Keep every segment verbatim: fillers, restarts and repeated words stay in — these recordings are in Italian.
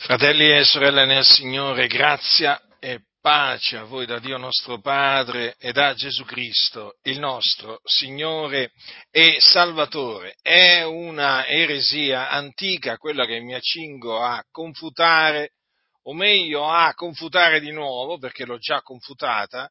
Fratelli e sorelle nel Signore, grazia e pace a voi da Dio nostro Padre e da Gesù Cristo, il nostro Signore e Salvatore. È una eresia antica quella che mi accingo a confutare, o meglio a confutare di nuovo, perché l'ho già confutata,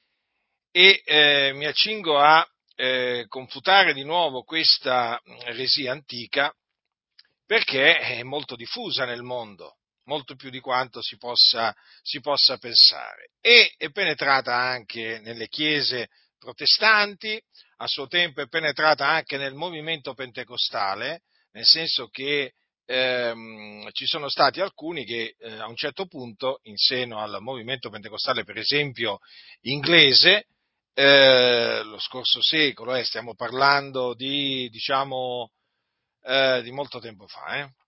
e eh, mi accingo a eh, confutare di nuovo questa eresia antica perché è molto diffusa nel mondo, molto più di quanto si possa, si possa pensare, e è penetrata anche nelle chiese protestanti, a suo tempo è penetrata anche nel movimento pentecostale, nel senso che ehm, ci sono stati alcuni che eh, a un certo punto, in seno al movimento pentecostale, per esempio inglese, eh, lo scorso secolo, eh, stiamo parlando di, diciamo, eh, di molto tempo fa, eh,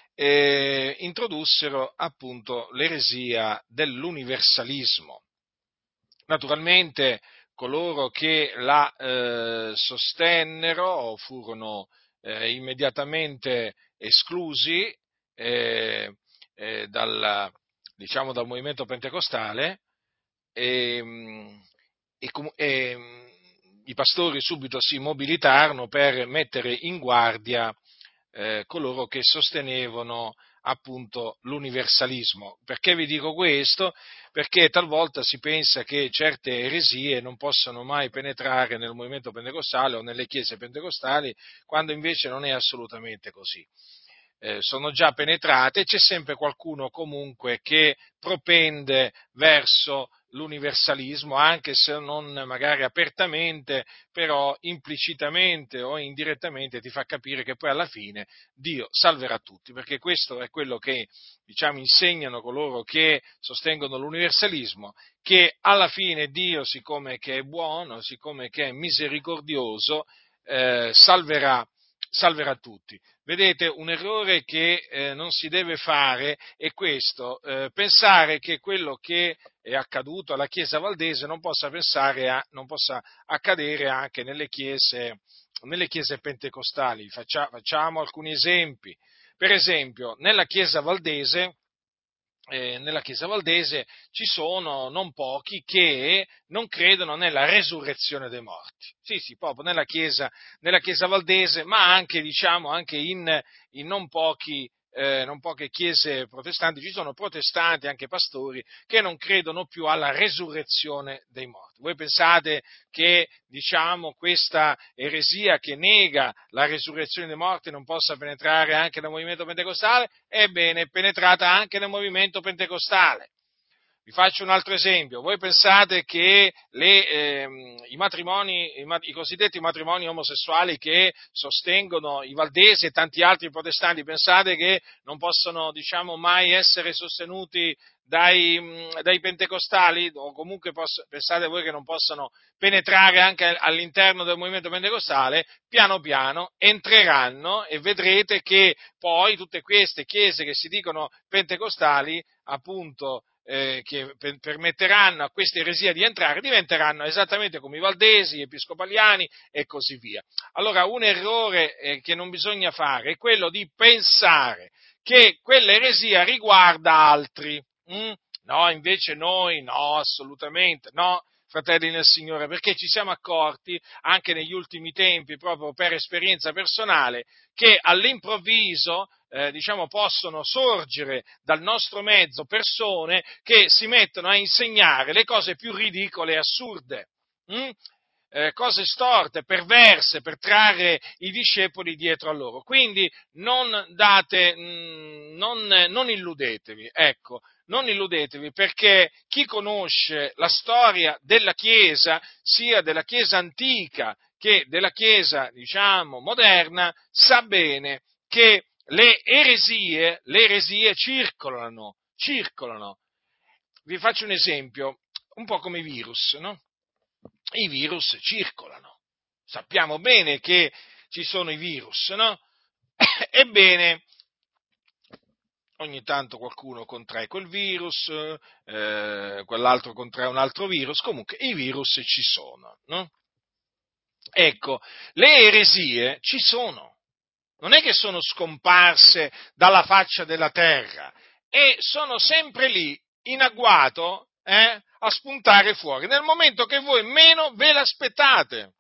e introdussero appunto l'eresia dell'universalismo. Naturalmente coloro che la eh, sostennero furono eh, immediatamente esclusi eh, eh, dal, diciamo, dal movimento pentecostale e, e, com- e mh, i pastori subito si mobilitarono per mettere in guardia eh, coloro che sostenevano appunto l'universalismo. Perché vi dico questo? Perché talvolta si pensa che certe eresie non possano mai penetrare nel movimento pentecostale o nelle chiese pentecostali, quando invece non è assolutamente così. Eh, sono già penetrate, c'è sempre qualcuno comunque che propende verso l'universalismo, anche se non magari apertamente, però implicitamente o indirettamente ti fa capire che poi alla fine Dio salverà tutti, perché questo è quello che, diciamo, insegnano coloro che sostengono l'universalismo, che alla fine Dio, siccome che è buono, siccome che è misericordioso, eh, salverà, salverà tutti. Vedete, un errore che eh, non si deve fare è questo, eh, pensare che quello che è accaduto alla Chiesa Valdese non possa, pensare a, non possa accadere anche nelle chiese, nelle chiese pentecostali. Faccia, facciamo alcuni esempi. Per esempio, nella Chiesa Valdese, eh, nella Chiesa Valdese ci sono non pochi che non credono nella resurrezione dei morti. Sì, sì, proprio nella Chiesa, nella chiesa Valdese, ma anche, diciamo, anche in, in non pochi eh, non poche chiese protestanti, ci sono protestanti, anche pastori, che non credono più alla resurrezione dei morti. Voi pensate che, diciamo, questa eresia che nega la resurrezione dei morti non possa penetrare anche nel movimento pentecostale? Ebbene, è penetrata anche nel movimento pentecostale. Vi faccio un altro esempio. Voi pensate che le, ehm, i matrimoni, i, i cosiddetti matrimoni omosessuali che sostengono i valdesi e tanti altri protestanti, pensate che non possono, diciamo, mai essere sostenuti dai, dai pentecostali? O comunque poss- pensate voi che non possano penetrare anche all'interno del movimento pentecostale? Piano piano entreranno e vedrete che poi tutte queste chiese che si dicono pentecostali, appunto, eh, che per, permetteranno a questa eresia di entrare, diventeranno esattamente come i valdesi, gli episcopaliani e così via. Allora, un errore eh, che non bisogna fare è quello di pensare che quell'eresia riguarda altri. Mm? No, invece noi no, assolutamente no, fratelli nel Signore, perché ci siamo accorti anche negli ultimi tempi, proprio per esperienza personale, che all'improvviso eh, diciamo, possono sorgere dal nostro mezzo persone che si mettono a insegnare le cose più ridicole e assurde. Mm? Eh, cose storte, perverse, per trarre i discepoli dietro a loro. Quindi non date, mh, non, non illudetevi, ecco, non illudetevi, perché chi conosce la storia della Chiesa, sia della Chiesa antica che della Chiesa, diciamo, moderna, sa bene che le eresie, le eresie circolano, circolano. Vi faccio un esempio, un po' come i virus, no? I virus circolano. Sappiamo bene che ci sono i virus, no? Ebbene, ogni tanto qualcuno contrae quel virus, eh, quell'altro contrae un altro virus, comunque i virus ci sono, no? Ecco, le eresie ci sono, non è che sono scomparse dalla faccia della terra, e sono sempre lì, in agguato, eh, a spuntare fuori, nel momento che voi meno ve l'aspettate.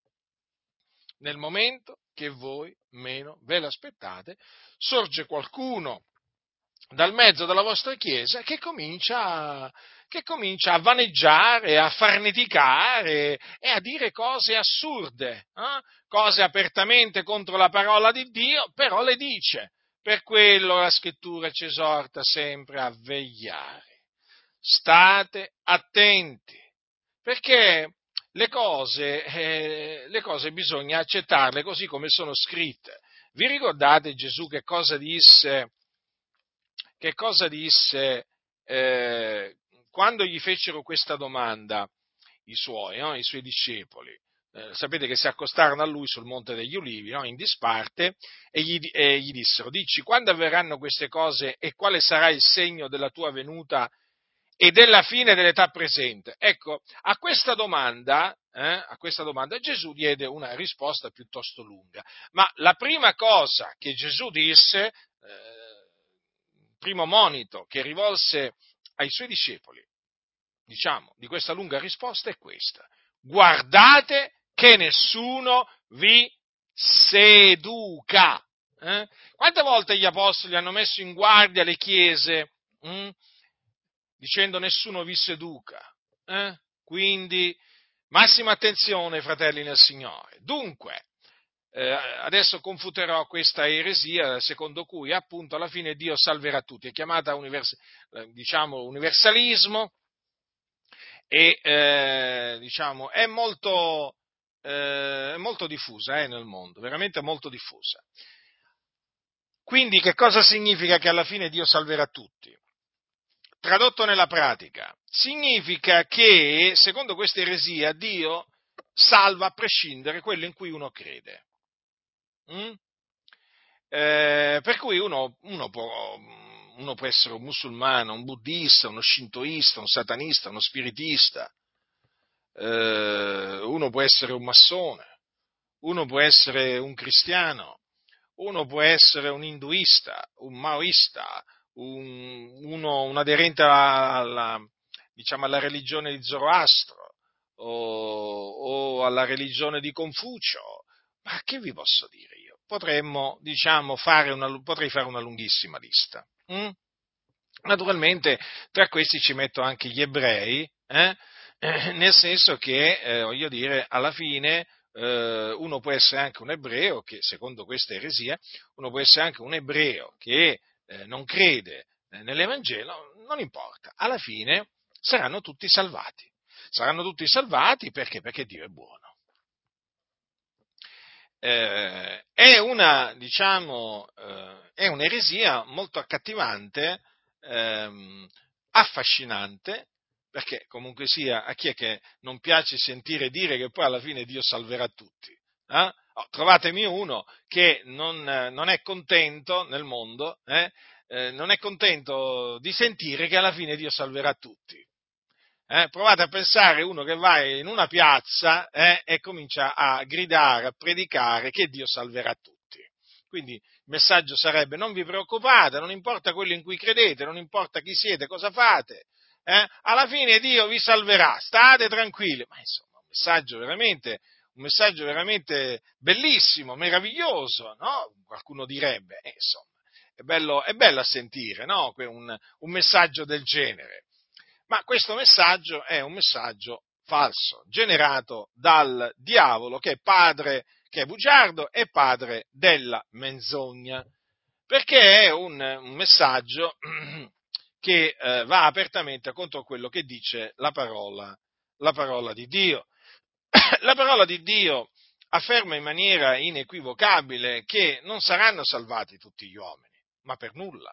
Nel momento che voi meno ve l'aspettate, sorge qualcuno dal mezzo della vostra chiesa che comincia, che comincia a vaneggiare, a farneticare e a dire cose assurde, eh? Cose apertamente contro la parola di Dio, però le dice. Per quello la Scrittura ci esorta sempre a vegliare. State attenti, perché le cose, eh, le cose bisogna accettarle così come sono scritte. Vi ricordate Gesù che cosa disse? Che cosa disse eh, quando gli fecero questa domanda i suoi, no? I suoi discepoli? Eh, sapete che si accostarono a lui sul Monte degli Ulivi, no? In disparte, e gli, e gli dissero: dici, quando avverranno queste cose e quale sarà il segno della tua venuta e della fine dell'età presente? Ecco, a questa domanda, eh, a questa domanda Gesù diede una risposta piuttosto lunga, ma la prima cosa che Gesù disse, eh, primo monito che rivolse ai suoi discepoli, diciamo, di questa lunga risposta è questa: guardate che nessuno vi seduca. Eh? Quante volte gli apostoli hanno messo in guardia le chiese hm? dicendo nessuno vi seduca? Eh? Quindi massima attenzione, fratelli nel Signore. Dunque, Eh, adesso confuterò questa eresia secondo cui appunto alla fine Dio salverà tutti, è chiamata univers- eh, diciamo universalismo e eh, diciamo è molto, eh, è molto diffusa eh, nel mondo, veramente molto diffusa. Quindi che cosa significa che alla fine Dio salverà tutti? Tradotto nella pratica, significa che secondo questa eresia Dio salva a prescindere quello in cui uno crede. Mm? Eh, per cui uno, uno, può, uno può essere un musulmano, un buddista, uno shintoista, un satanista, uno spiritista, eh, uno può essere un massone, uno può essere un cristiano, uno può essere un induista, un maoista, un, uno, un aderente alla, alla, diciamo, alla religione di Zoroastro o, o alla religione di Confucio. Ma che vi posso dire io? Potremmo, diciamo, fare una, potrei fare una lunghissima lista. Mm? Naturalmente, tra questi ci metto anche gli ebrei, eh? Eh, nel senso che, eh, voglio dire, alla fine eh, uno può essere anche un ebreo, che secondo questa eresia, uno può essere anche un ebreo che eh, non crede eh, nell'Evangelo, non importa, alla fine saranno tutti salvati. Saranno tutti salvati perché? Perché Dio è buono. Eh, è una, diciamo, eh, è un'eresia molto accattivante, ehm, affascinante, perché comunque sia, a chi è che non piace sentire dire che poi alla fine Dio salverà tutti? Eh? Oh, trovatemi uno che non, non è contento nel mondo, eh? Eh, non è contento di sentire che alla fine Dio salverà tutti. Eh, provate a pensare uno che va in una piazza eh, e comincia a gridare, a predicare che Dio salverà tutti. Quindi il messaggio sarebbe: non vi preoccupate, non importa quello in cui credete, non importa chi siete, cosa fate, eh, alla fine Dio vi salverà, state tranquilli. Ma insomma, un messaggio veramente, un messaggio veramente bellissimo, meraviglioso, no? Qualcuno direbbe, eh, insomma, è bello, è bello a sentire, no? Un, un messaggio del genere. Ma questo messaggio è un messaggio falso, generato dal diavolo, che è padre, che è bugiardo e padre della menzogna, perché è un, un messaggio che eh, va apertamente contro quello che dice la parola, la parola di Dio. La parola di Dio afferma in maniera inequivocabile che non saranno salvati tutti gli uomini, ma per nulla.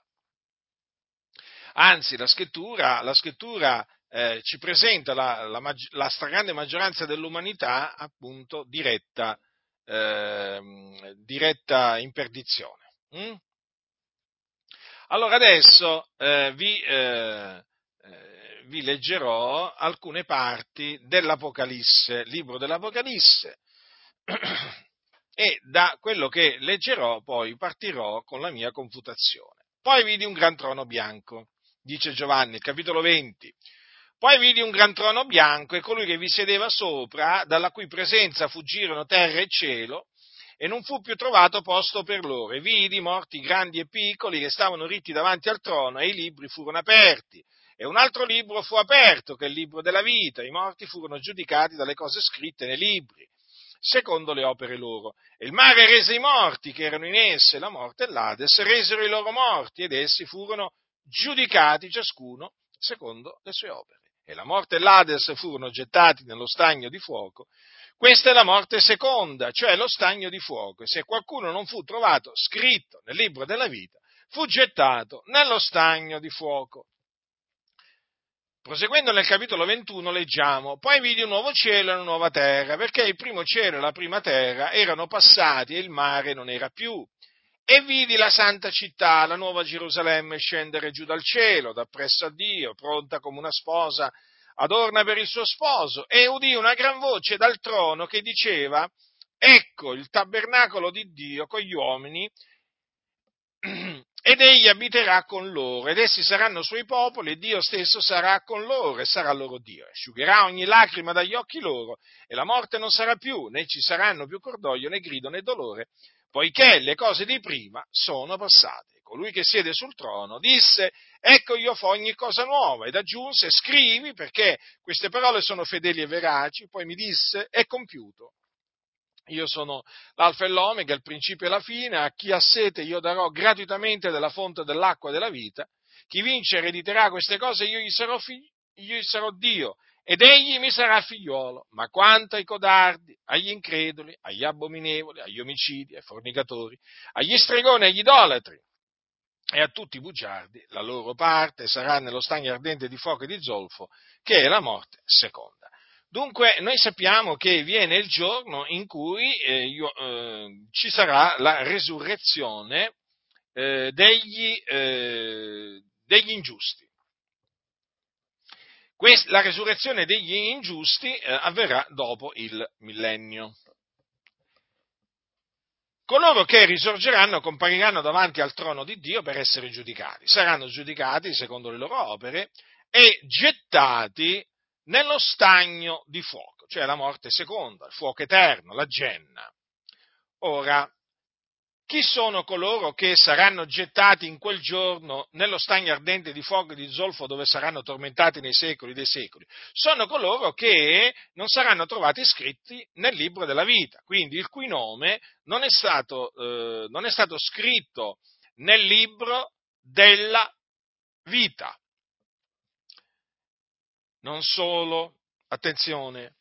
Anzi, la scrittura, la scrittura eh, ci presenta la, la, la stragrande maggioranza dell'umanità appunto diretta, eh, diretta in perdizione. Mm? Allora adesso eh, vi, eh, eh, vi leggerò alcune parti dell'Apocalisse, libro dell'Apocalisse, e da quello che leggerò poi partirò con la mia confutazione. Poi vidi un gran trono bianco, dice Giovanni, il capitolo venti. Poi vidi un gran trono bianco e colui che vi sedeva sopra, dalla cui presenza fuggirono terra e cielo, e non fu più trovato posto per loro. E vidi morti grandi e piccoli che stavano ritti davanti al trono, e i libri furono aperti. E un altro libro fu aperto, che è il libro della vita. I morti furono giudicati dalle cose scritte nei libri, secondo le opere loro. E il mare rese i morti che erano in esse, la morte e l'Ades resero i loro morti, ed essi furono giudicati ciascuno secondo le sue opere. E la morte e l'Ades furono gettati nello stagno di fuoco. Questa è la morte seconda, cioè lo stagno di fuoco. E se qualcuno non fu trovato scritto nel libro della vita, fu gettato nello stagno di fuoco. Proseguendo nel capitolo ventuno leggiamo: poi vidi un nuovo cielo e una nuova terra, perché il primo cielo e la prima terra erano passati e il mare non era più. E vidi la santa città, la nuova Gerusalemme, scendere giù dal cielo, dappresso a Dio, pronta come una sposa adorna per il suo sposo. E udì una gran voce dal trono che diceva: ecco il tabernacolo di Dio con gli uomini, ed egli abiterà con loro, ed essi saranno suoi popoli, e Dio stesso sarà con loro, e sarà loro Dio. Asciugherà ogni lacrima dagli occhi loro, e la morte non sarà più, né ci saranno più cordoglio, né grido, né dolore, poiché le cose di prima sono passate. Colui che siede sul trono disse: ecco, io fo ogni cosa nuova, ed aggiunse: scrivi, perché queste parole sono fedeli e veraci. Poi mi disse: è compiuto. Io sono l'alfa e l'omega, il principio e la fine. A chi ha sete io darò gratuitamente della fonte dell'acqua della vita. Chi vince erediterà queste cose, io gli sarò, fig- io gli sarò Dio, ed egli mi sarà figliuolo. Ma quanto ai codardi, agli increduli, agli abominevoli, agli omicidi, ai fornicatori, agli stregoni, agli idolatri e a tutti i bugiardi, la loro parte sarà nello stagno ardente di fuoco e di zolfo, che è la morte seconda. Dunque noi sappiamo che viene il giorno in cui eh, io, eh, ci sarà la resurrezione eh, degli, eh, degli ingiusti. Quest- la resurrezione degli ingiusti eh, avverrà dopo il millennio. Coloro che risorgeranno compariranno davanti al trono di Dio per essere giudicati. Saranno giudicati secondo le loro opere e gettati nello stagno di fuoco, cioè la morte seconda, il fuoco eterno, la genna. Ora, chi sono coloro che saranno gettati in quel giorno nello stagno ardente di fuoco e di zolfo, dove saranno tormentati nei secoli dei secoli? Sono coloro che non saranno trovati scritti nel libro della vita, quindi il cui nome non è stato, eh, non è stato scritto nel libro della vita. Non solo, attenzione,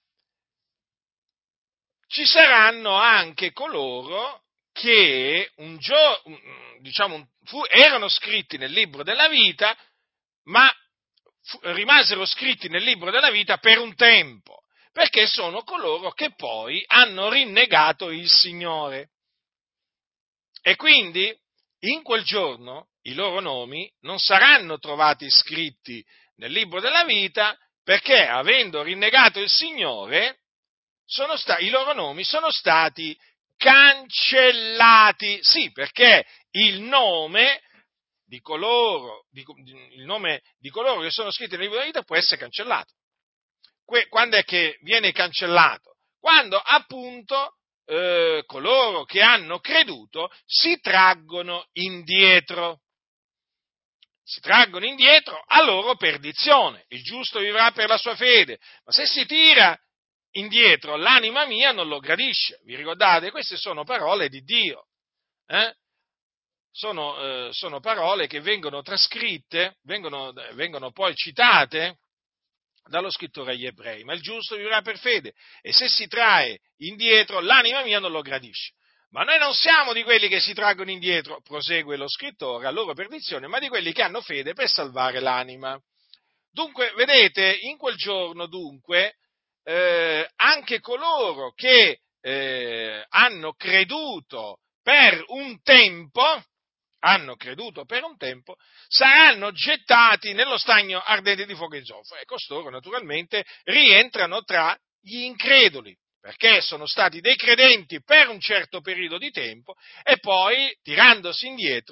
ci saranno anche coloro che un giorno, diciamo, fu, erano scritti nel libro della vita, ma fu, rimasero scritti nel libro della vita per un tempo, perché sono coloro che poi hanno rinnegato il Signore. E quindi in quel giorno i loro nomi non saranno trovati scritti nel libro della vita, perché avendo rinnegato il Signore, sono sta- i loro nomi sono stati cancellati. Sì, perché il nome di coloro, di, il nome di coloro che sono scritti nel libro della vita può essere cancellato. Que, quando è che viene cancellato? Quando appunto eh, coloro che hanno creduto si traggono indietro. Si traggono indietro a loro perdizione. Il giusto vivrà per la sua fede, ma se si tira indietro l'anima mia non lo gradisce. Vi ricordate? Queste sono parole di Dio. Eh? Sono, eh, sono parole che vengono trascritte, vengono, vengono poi citate dallo scrittore agli ebrei. Ma il giusto vivrà per fede, e se si trae indietro l'anima mia non lo gradisce. Ma noi non siamo di quelli che si traggono indietro, prosegue lo scrittore, a loro perdizione, ma di quelli che hanno fede per salvare l'anima. Dunque, vedete, in quel giorno, dunque, eh, anche coloro che eh, hanno creduto per un tempo, hanno creduto per un tempo, saranno gettati nello stagno ardente di fuoco e zolfo. E costoro, naturalmente, rientrano tra gli increduli, perché sono stati dei credenti per un certo periodo di tempo e poi, tirandosi indietro,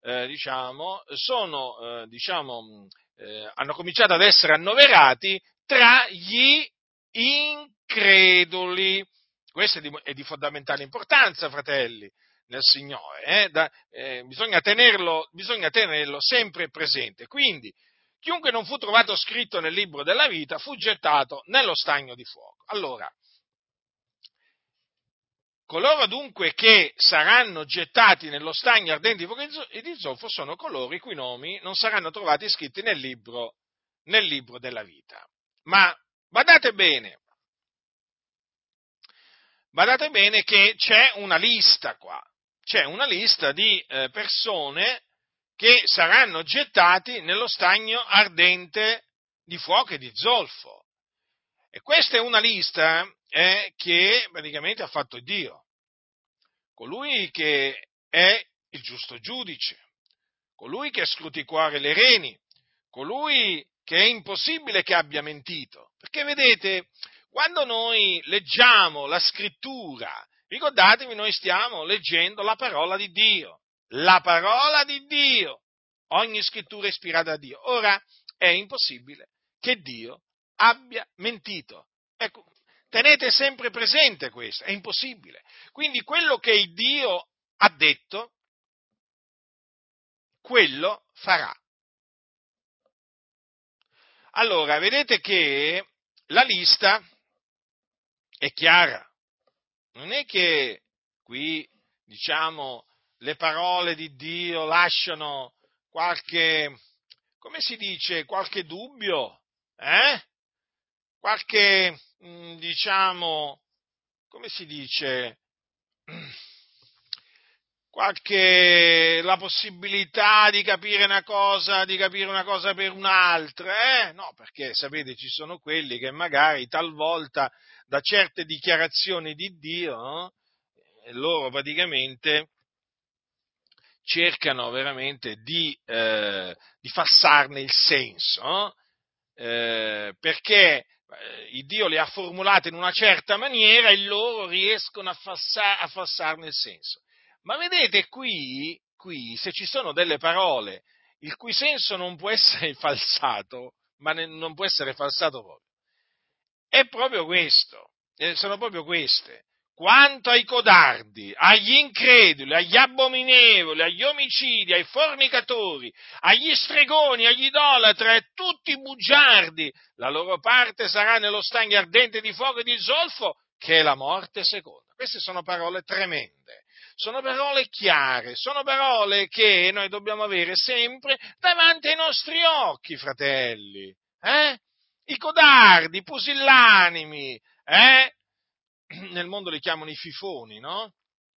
eh, diciamo, sono, eh, diciamo, eh, hanno cominciato ad essere annoverati tra gli increduli. Questo è di, è di fondamentale importanza, fratelli, nel Signore. Eh? Da, eh, bisogna, tenerlo, bisogna tenerlo sempre presente. Quindi, chiunque non fu trovato scritto nel libro della vita fu gettato nello stagno di fuoco. Allora, coloro dunque che saranno gettati nello stagno ardente di fuoco e di zolfo sono coloro i cui nomi non saranno trovati scritti nel libro, nel libro della vita. Ma badate bene, badate bene che c'è una lista qua, c'è una lista di eh, persone che saranno gettati nello stagno ardente di fuoco e di zolfo. E questa è una lista eh, che praticamente ha fatto Dio, colui che è il giusto giudice, colui che scruta i cuori e le reni, colui che è impossibile che abbia mentito. Perché vedete, quando noi leggiamo la scrittura, ricordatevi, noi stiamo leggendo la parola di Dio, la parola di Dio, ogni scrittura è ispirata da Dio. Ora, è impossibile che Dio abbia mentito. Ecco, tenete sempre presente questo, è impossibile. Quindi quello che il Dio ha detto, quello farà. Allora, vedete che la lista è chiara. Non è che qui, diciamo, le parole di Dio lasciano qualche, come si dice, qualche dubbio, eh? Qualche, mh, diciamo, come si dice, qualche, la possibilità di capire una cosa, di capire una cosa per un'altra, eh? No, perché sapete, ci sono quelli che magari talvolta da certe dichiarazioni di Dio, no? Loro praticamente cercano veramente di, eh, di fassarne il senso, no? eh, perché eh, il Dio le ha formulate in una certa maniera e loro riescono a, fassa, a fassarne il senso. Ma vedete qui, qui, se ci sono delle parole il cui senso non può essere falsato, ma ne, non può essere falsato proprio, è proprio questo, eh, sono proprio queste. Quanto ai codardi, agli increduli, agli abominevoli, agli omicidi, ai fornicatori, agli stregoni, agli idolatri, a tutti i bugiardi, la loro parte sarà nello stagno ardente di fuoco e di zolfo, che è la morte seconda. Queste sono parole tremende, sono parole chiare, sono parole che noi dobbiamo avere sempre davanti ai nostri occhi, fratelli. Eh? I codardi, i pusillanimi, eh? Nel mondo li chiamano i fifoni, no?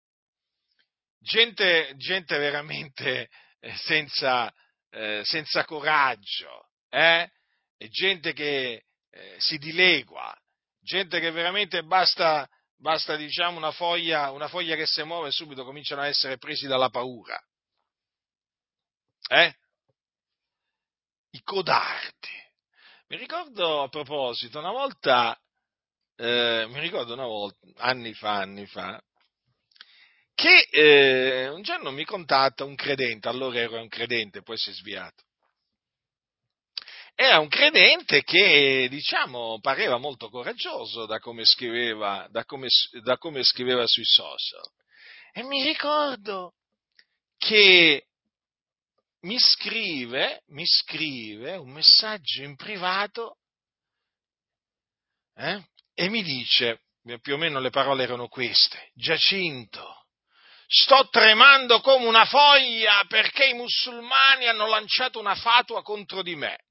Gente, gente veramente eh, senza, eh, senza coraggio, eh? E gente che eh, si dilegua, gente che veramente basta, basta diciamo, una foglia, una foglia che si muove e subito cominciano a essere presi dalla paura, eh? I codardi. Mi ricordo a proposito, una volta, eh, mi ricordo una volta, anni fa, anni fa, che eh, un giorno mi contatta un credente, allora ero un credente, poi si è sviato. Era un credente che, diciamo, pareva molto coraggioso da come scriveva, da come, da come scriveva sui social. E mi ricordo che mi scrive, mi scrive un messaggio in privato, eh, e mi dice, più o meno le parole erano queste: Giacinto, sto tremando come una foglia perché i musulmani hanno lanciato una fatua contro di me.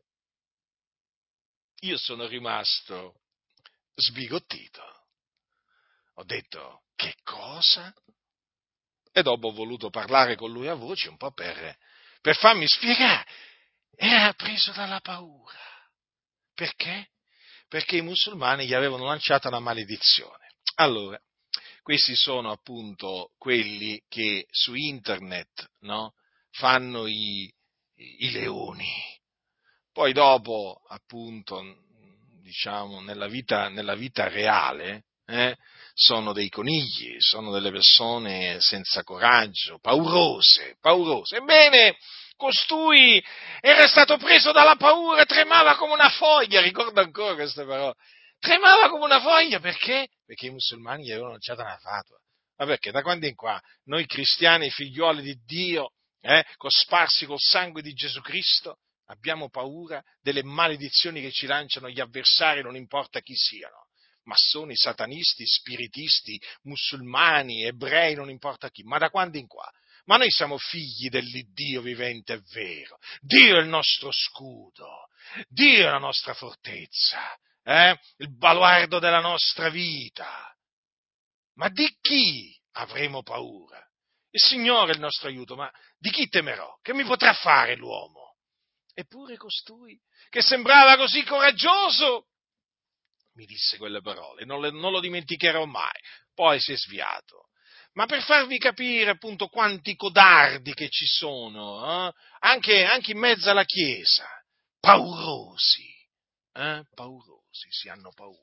Io sono rimasto sbigottito. Ho detto, che cosa? E dopo ho voluto parlare con lui a voce un po' per, per farmi spiegare. Era preso dalla paura. Perché? Perché i musulmani gli avevano lanciato una maledizione. Allora, questi sono appunto quelli che su internet, no, fanno i, i leoni. Poi dopo, appunto, diciamo, nella vita, nella vita reale, eh, sono dei conigli, sono delle persone senza coraggio, paurose, paurose. Ebbene, costui era stato preso dalla paura, tremava come una foglia, ricordo ancora queste parole, tremava come una foglia, perché? Perché i musulmani gli avevano lanciato una fatua. Ma perché? Da quando in qua noi cristiani, figliuoli di Dio, eh, cosparsi col sangue di Gesù Cristo, abbiamo paura delle maledizioni che ci lanciano gli avversari, non importa chi siano. Massoni, satanisti, spiritisti, musulmani, ebrei, non importa chi, ma da quando in qua? Ma noi siamo figli dell'Iddio vivente e vero. Dio è il nostro scudo, Dio è la nostra fortezza, eh? Il baluardo della nostra vita. Ma di chi avremo paura? Il Signore è il nostro aiuto, ma di chi temerò? Che mi potrà fare l'uomo? Eppure costui, che sembrava così coraggioso, mi disse quelle parole, non, le, non lo dimenticherò mai. Poi si è sviato. Ma per farvi capire appunto quanti codardi che ci sono, eh? anche, anche in mezzo alla Chiesa, paurosi, eh? paurosi, si hanno paura.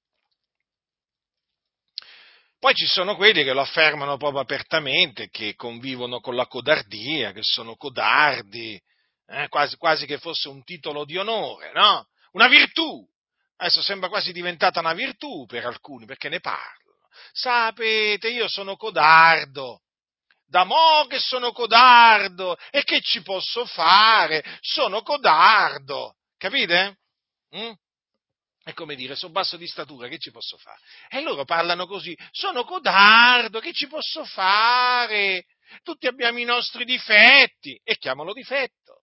Poi ci sono quelli che lo affermano proprio apertamente, che convivono con la codardia, che sono codardi, eh? quasi, quasi che fosse un titolo di onore, no? Una virtù. Adesso sembra quasi diventata una virtù per alcuni, perché ne parlano. Sapete, io sono codardo, da mo' che sono codardo, e che ci posso fare? Sono codardo, capite? Mm? È come dire, sono basso di statura, che ci posso fare? E loro parlano così, sono codardo, che ci posso fare? Tutti abbiamo i nostri difetti, e chiamalo difetto,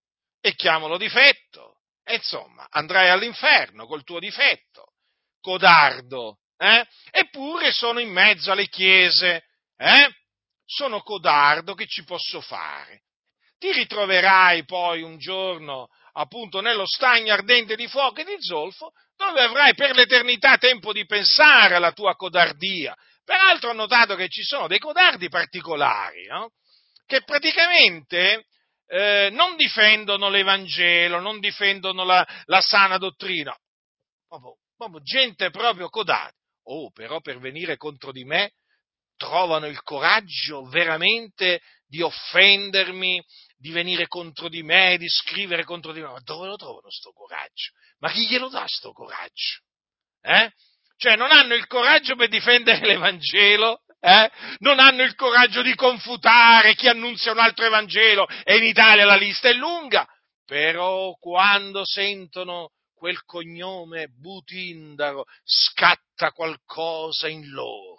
e chiamalo difetto, e insomma, andrai all'inferno col tuo difetto, codardo, eh? Eppure sono in mezzo alle chiese, eh? Sono codardo, che ci posso fare? Ti ritroverai poi un giorno appunto nello stagno ardente di fuoco e di zolfo, dove avrai per l'eternità tempo di pensare alla tua codardia. Peraltro ho notato che ci sono dei codardi particolari, no? Che praticamente eh, non difendono l'Evangelo, non difendono la, la sana dottrina, proprio, proprio gente proprio codarda. Oh, però per venire contro di me trovano il coraggio veramente di offendermi, di venire contro di me, di scrivere contro di me. Ma dove lo trovano sto coraggio? Ma chi glielo dà sto coraggio? Eh? Cioè non hanno il coraggio per difendere l'Evangelo, eh? Non hanno il coraggio di confutare chi annunzia un altro Evangelo, e in Italia la lista è lunga, però quando sentono quel cognome Butindaro scatta qualcosa in loro.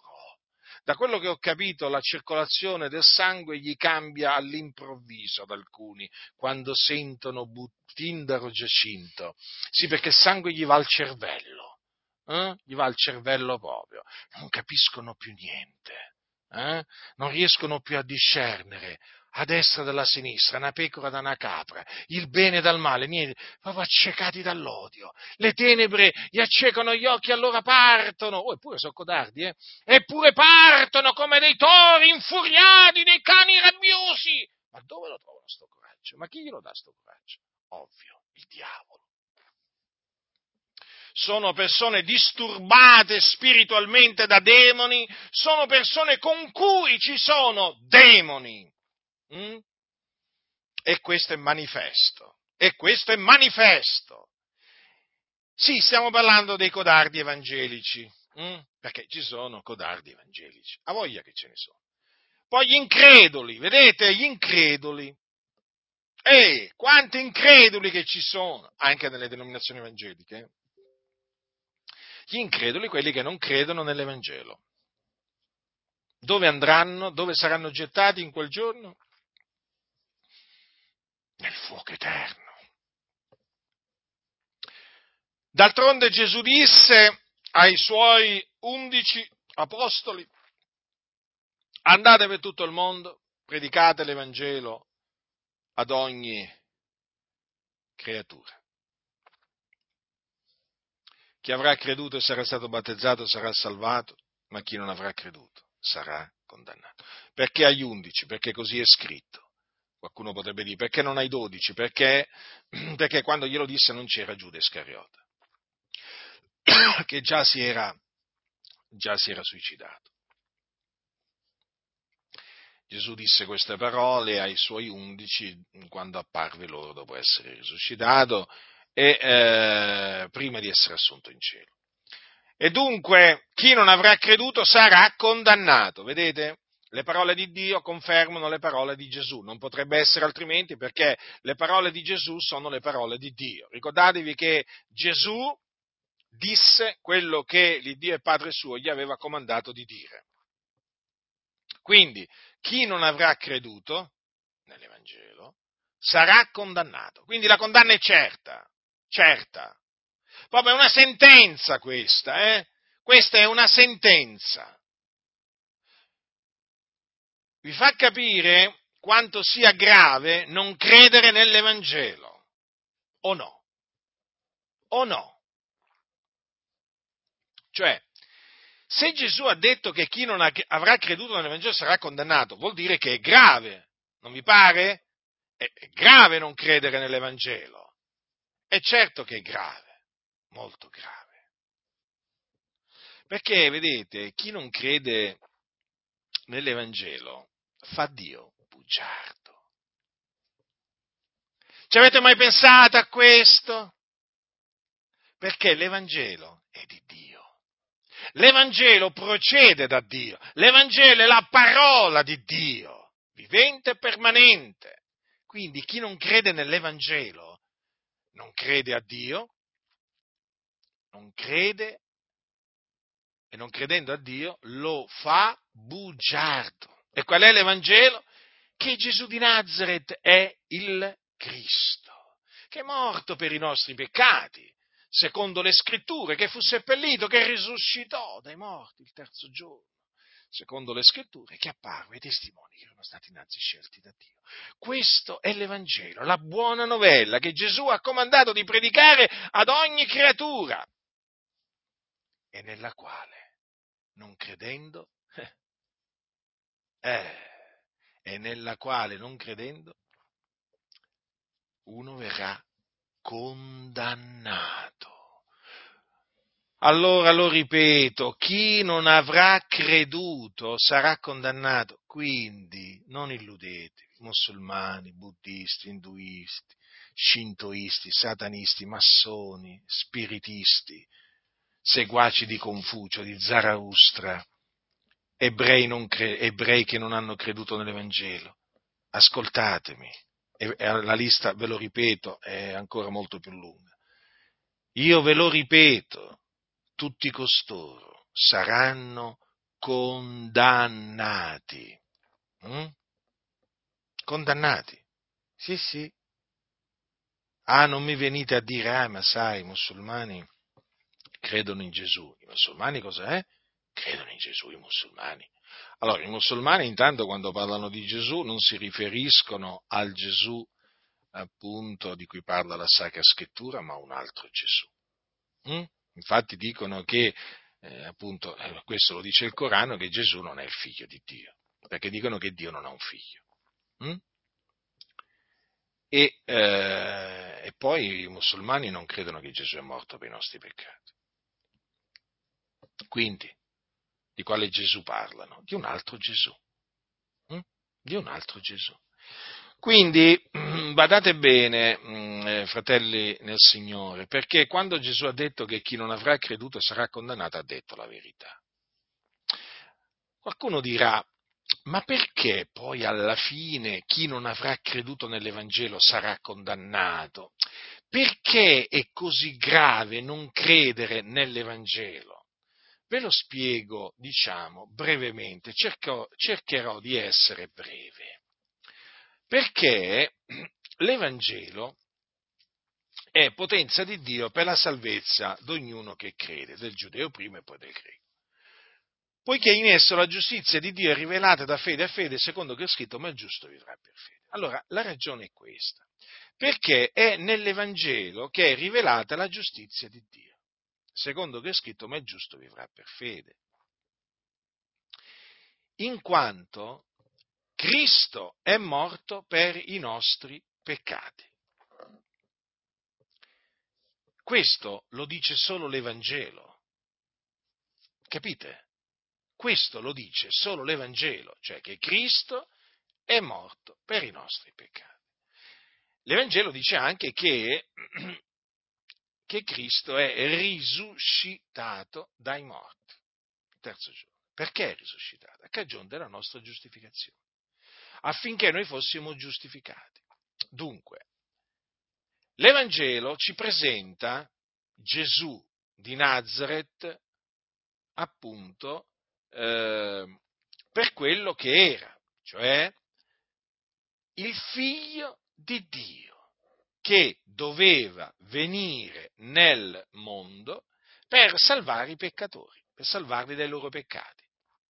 Da quello che ho capito, la circolazione del sangue gli cambia all'improvviso ad alcuni, quando sentono Butindaro Giacinto. Sì, perché il sangue gli va al cervello, eh? Gli va al cervello proprio. Non capiscono più niente, eh? Non riescono più a discernere a destra dalla sinistra, una pecora da una capra, il bene dal male, niente, proprio accecati dall'odio. Le tenebre gli accecano gli occhi, allora partono, oh, eppure sono codardi, eh? Eppure partono come dei tori infuriati, dei cani rabbiosi. Ma dove lo trovano sto coraggio? Ma chi glielo dà sto coraggio? Ovvio, il diavolo. Sono persone disturbate spiritualmente da demoni, sono persone con cui ci sono demoni. Mm? E questo è manifesto, e questo è manifesto. Sì, stiamo parlando dei codardi evangelici, mm? Perché ci sono codardi evangelici, a voglia che ce ne sono. Poi gli increduli, vedete, gli increduli. E quanti increduli che ci sono, anche nelle denominazioni evangeliche. Eh? Gli increduli, quelli che non credono nell'Evangelo. Dove andranno? Dove saranno gettati in quel giorno? Nel fuoco eterno. D'altronde Gesù disse ai suoi undici apostoli: andate per tutto il mondo, predicate l'Evangelo ad ogni creatura. Chi avrà creduto e sarà stato battezzato sarà salvato, ma chi non avrà creduto sarà condannato. Perché agli undici? Perché così è scritto. Qualcuno potrebbe dire, perché non ai dodici? Perché, perché quando glielo disse non c'era Giuda Iscariota, che già si era, già si era suicidato. Gesù disse queste parole ai suoi undici quando apparve loro dopo essere risuscitato e eh, prima di essere assunto in cielo. E dunque chi non avrà creduto sarà condannato, vedete? Le parole di Dio confermano le parole di Gesù, non potrebbe essere altrimenti perché le parole di Gesù sono le parole di Dio. Ricordatevi che Gesù disse quello che l'Iddio e Padre suo gli aveva comandato di dire. Quindi chi non avrà creduto nell'Evangelo sarà condannato. Quindi la condanna è certa, certa. Proprio è una sentenza questa, eh? Questa è una sentenza. Vi fa capire quanto sia grave non credere nell'Evangelo, o no? O no? Cioè, se Gesù ha detto che chi non avrà creduto nell'Evangelo sarà condannato, vuol dire che è grave, non vi pare? È grave non credere nell'Evangelo. È certo che è grave, molto grave. Perché, vedete, chi non crede nell'Evangelo fa Dio bugiardo. Ci avete mai pensato a questo? Perché l'Evangelo è di Dio. L'Evangelo procede da Dio. L'Evangelo è la parola di Dio, vivente e permanente. Quindi chi non crede nell'Evangelo non crede a Dio, non crede e non credendo a Dio lo fa bugiardo. E qual è l'Evangelo? Che Gesù di Nazaret è il Cristo, che è morto per i nostri peccati, secondo le scritture, che fu seppellito, che risuscitò dai morti il terzo giorno, secondo le scritture, che apparve ai testimoni che erano stati innanzi scelti da Dio. Questo è l'Evangelo, la buona novella che Gesù ha comandato di predicare ad ogni creatura e nella quale, non credendo, eh, e nella quale, non credendo, uno verrà condannato. Allora lo ripeto, chi non avrà creduto sarà condannato. Quindi non illudetevi, musulmani, buddisti, induisti, shintoisti, satanisti, massoni, spiritisti, seguaci di Confucio, di Zaraustra, ebrei, non cre- ebrei che non hanno creduto nell'Evangelo. Ascoltatemi, e, e la lista, ve lo ripeto, è ancora molto più lunga. Io ve lo ripeto, tutti costoro saranno condannati. Mm? Condannati. Sì, sì. Ah, non mi venite a dire, ah, ma sai, i musulmani credono in Gesù. I musulmani cos'è? Credono in Gesù i musulmani. Allora, i musulmani intanto quando parlano di Gesù non si riferiscono al Gesù appunto di cui parla la Sacra Scrittura, ma a un altro Gesù. Mm? Infatti dicono che, eh, appunto, eh, questo lo dice il Corano, che Gesù non è il figlio di Dio, perché dicono che Dio non ha un figlio. Mm? E, eh, e poi i musulmani non credono che Gesù è morto per i nostri peccati. Quindi, di quale Gesù parlano? Di un altro Gesù. Mm? Di un altro Gesù. Quindi, badate bene, fratelli nel Signore, perché quando Gesù ha detto che chi non avrà creduto sarà condannato, ha detto la verità. Qualcuno dirà, ma perché poi alla fine chi non avrà creduto nell'Evangelo sarà condannato? Perché è così grave non credere nell'Evangelo? Ve lo spiego, diciamo, brevemente, cerco, cercherò di essere breve. Perché l'Evangelo è potenza di Dio per la salvezza di ognuno che crede, del giudeo prima e poi del greco. Poiché in esso la giustizia di Dio è rivelata da fede a fede, secondo che è scritto, ma il giusto vivrà per fede. Allora, la ragione è questa, perché è nell'Evangelo che è rivelata la giustizia di Dio, secondo che è scritto, ma il giusto vivrà per fede. In quanto Cristo è morto per i nostri peccati. Questo lo dice solo l'Evangelo. Capite? Questo lo dice solo l'Evangelo, cioè che Cristo è morto per i nostri peccati. L'Evangelo dice anche che, che Cristo è risuscitato dai morti, il terzo giorno. Perché è risuscitato? A cagione della nostra giustificazione, affinché noi fossimo giustificati. Dunque, l'Evangelo ci presenta Gesù di Nazaret, appunto, eh, per quello che era, cioè il figlio di Dio, che doveva venire nel mondo per salvare i peccatori, per salvarli dai loro peccati,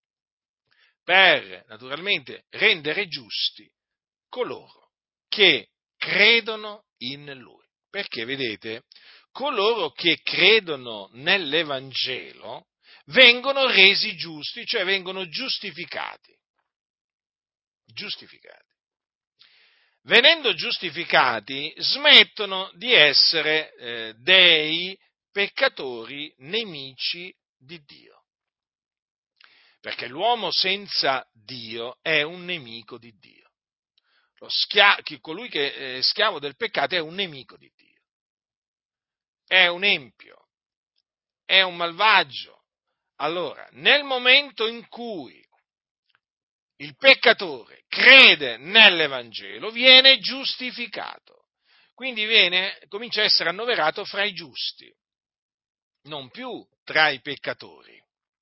per naturalmente rendere giusti coloro che credono in Lui. Perché, vedete, coloro che credono nell'Evangelo vengono resi giusti, cioè vengono giustificati. Giustificati. Venendo giustificati, smettono di essere eh, dei peccatori nemici di Dio. Perché l'uomo senza Dio è un nemico di Dio. Lo schia- colui che è schiavo del peccato è un nemico di Dio. È un empio, è un malvagio. Allora, nel momento in cui il peccatore crede nell'Evangelo, viene giustificato. Quindi viene, comincia a essere annoverato fra i giusti, non più tra i peccatori.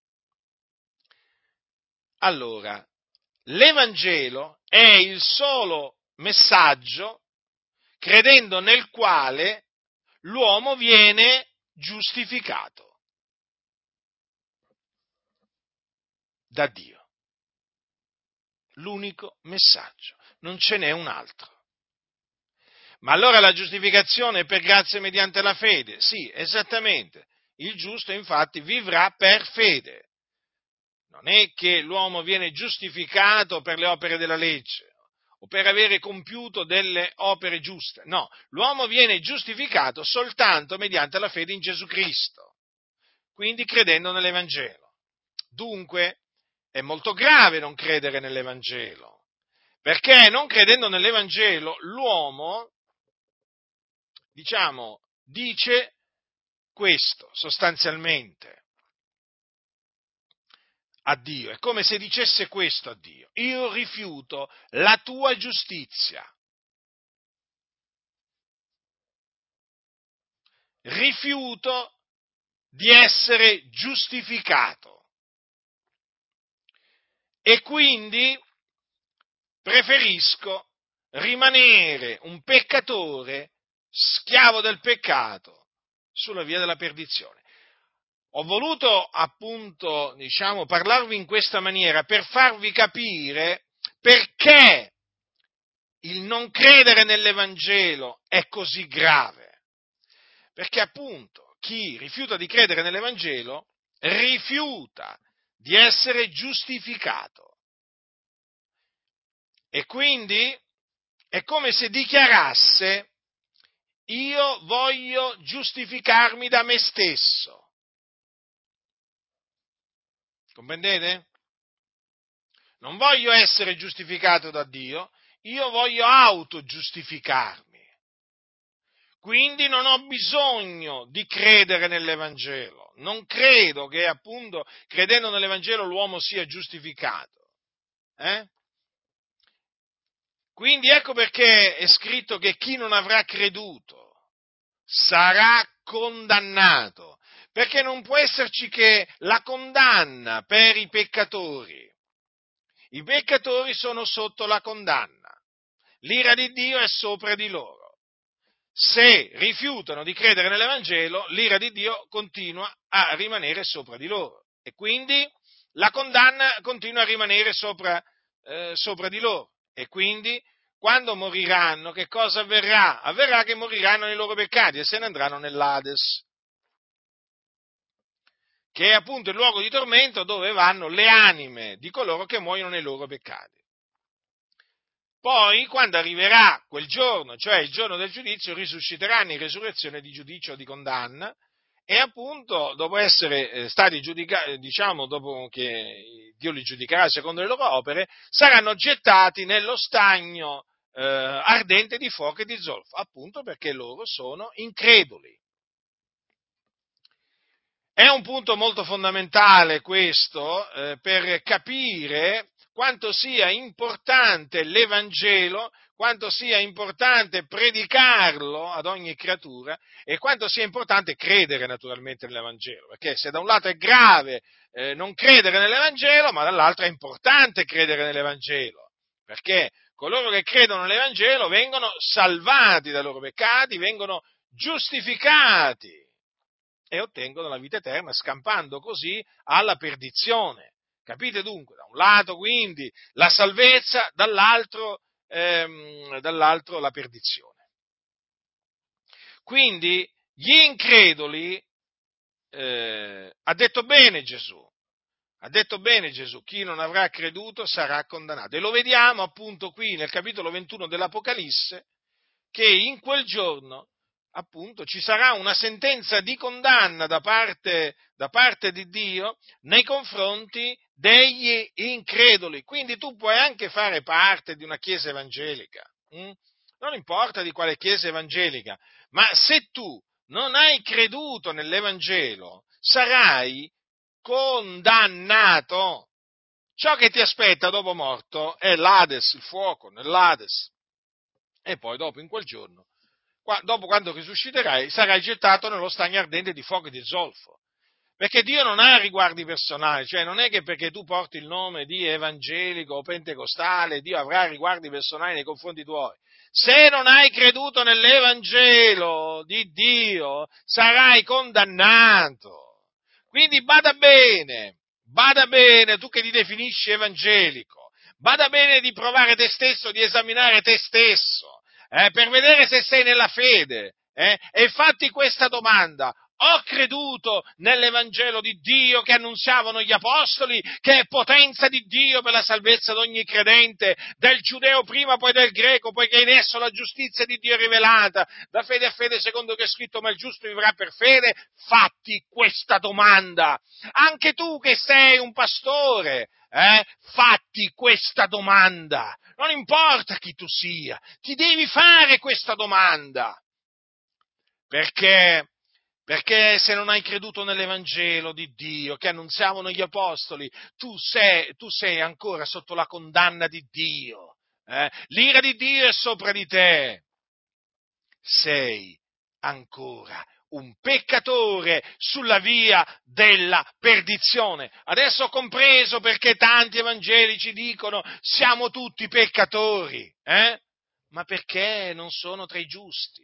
Allora, l'Evangelo è il solo messaggio credendo nel quale l'uomo viene giustificato da Dio. L'unico messaggio, non ce n'è un altro. Ma allora la giustificazione è per grazia mediante la fede? Sì, esattamente. Il giusto infatti vivrà per fede. Non è che l'uomo viene giustificato per le opere della legge o per avere compiuto delle opere giuste. No, l'uomo viene giustificato soltanto mediante la fede in Gesù Cristo, quindi credendo nell'Evangelo. Dunque, è molto grave non credere nell'Evangelo, perché non credendo nell'Evangelo l'uomo, diciamo, dice questo sostanzialmente a Dio. È come se dicesse questo a Dio: io rifiuto la tua giustizia, rifiuto di essere giustificato e quindi preferisco rimanere un peccatore, schiavo del peccato, sulla via della perdizione. Ho voluto appunto, diciamo, parlarvi in questa maniera per farvi capire perché il non credere nell'Evangelo è così grave. Perché appunto chi rifiuta di credere nell'Evangelo rifiuta di essere giustificato. E quindi è come se dichiarasse: io voglio giustificarmi da me stesso. Comprendete? Non voglio essere giustificato da Dio, io voglio autogiustificarmi. Quindi non ho bisogno di credere nell'Evangelo. Non credo che appunto credendo nell'Evangelo l'uomo sia giustificato. Eh? Quindi ecco perché è scritto che chi non avrà creduto sarà condannato, perché non può esserci che la condanna per i peccatori. I peccatori sono sotto la condanna, l'ira di Dio è sopra di loro. Se rifiutano di credere nell'Evangelo, l'ira di Dio continua a rimanere sopra di loro e quindi la condanna continua a rimanere sopra, eh, sopra di loro. E quindi, quando moriranno, che cosa avverrà? Avverrà che moriranno nei loro peccati e se ne andranno nell'Ades, che è appunto il luogo di tormento dove vanno le anime di coloro che muoiono nei loro peccati. Poi, quando arriverà quel giorno, cioè il giorno del giudizio, risusciteranno in resurrezione di giudizio o di condanna e appunto dopo essere eh, stati giudicati, diciamo dopo che Dio li giudicherà secondo le loro opere, saranno gettati nello stagno eh, ardente di fuoco e di zolfo, appunto perché loro sono increduli. È un punto molto fondamentale questo eh, per capire quanto sia importante l'Evangelo, quanto sia importante predicarlo ad ogni creatura e quanto sia importante credere naturalmente nell'Evangelo, perché se da un lato è grave eh, non credere nell'Evangelo, ma dall'altro è importante credere nell'Evangelo, perché coloro che credono nell'Evangelo vengono salvati dai loro peccati, vengono giustificati e ottengono la vita eterna, scampando così alla perdizione. Capite dunque? Da un lato quindi la salvezza, dall'altro, ehm, dall'altro la perdizione. Quindi gli increduli, eh, ha detto bene Gesù, ha detto bene Gesù, chi non avrà creduto sarà condannato. E lo vediamo appunto qui nel capitolo ventuno dell'Apocalisse, che in quel giorno appunto ci sarà una sentenza di condanna da parte, da parte di Dio nei confronti degli increduli. Quindi tu puoi anche fare parte di una chiesa evangelica, hm? Non importa di quale chiesa evangelica, ma se tu non hai creduto nell'Evangelo, sarai condannato. Ciò che ti aspetta dopo morto è l'Ades, il fuoco, nell'Ades. E poi dopo, in quel giorno, dopo quando risusciterai, sarai gettato nello stagno ardente di fuoco e di zolfo. Perché Dio non ha riguardi personali, cioè non è che perché tu porti il nome di evangelico o pentecostale, Dio avrà riguardi personali nei confronti tuoi. Se non hai creduto nell'Evangelo di Dio, sarai condannato. Quindi bada bene, bada bene, tu che ti definisci evangelico, bada bene di provare te stesso, di esaminare te stesso, eh, per vedere se sei nella fede, eh, e fatti questa domanda: ho creduto nell'Evangelo di Dio che annunziavano gli Apostoli, che è potenza di Dio per la salvezza di ogni credente, del giudeo prima, poi del greco, poiché in esso la giustizia di Dio è rivelata, da fede a fede, secondo che è scritto, ma il giusto vivrà per fede. Fatti questa domanda. Anche tu che sei un pastore, eh, fatti questa domanda. Non importa chi tu sia, ti devi fare questa domanda. Perché? Perché se non hai creduto nell'Evangelo di Dio che annunziavano gli Apostoli, tu sei, tu sei ancora sotto la condanna di Dio. Eh? L'ira di Dio è sopra di te. Sei ancora un peccatore sulla via della perdizione. Adesso ho compreso perché tanti evangelici dicono siamo tutti peccatori, eh? Ma perché non sono tra i giusti.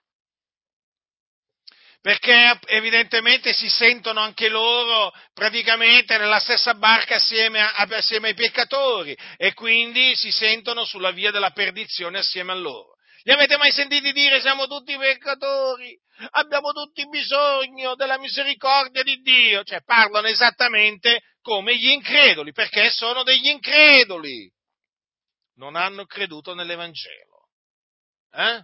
Perché evidentemente si sentono anche loro praticamente nella stessa barca assieme, a, assieme ai peccatori e quindi si sentono sulla via della perdizione assieme a loro. Li avete mai sentiti dire siamo tutti peccatori, abbiamo tutti bisogno della misericordia di Dio? Cioè parlano esattamente come gli increduli, perché sono degli increduli, non hanno creduto nell'Evangelo. Eh?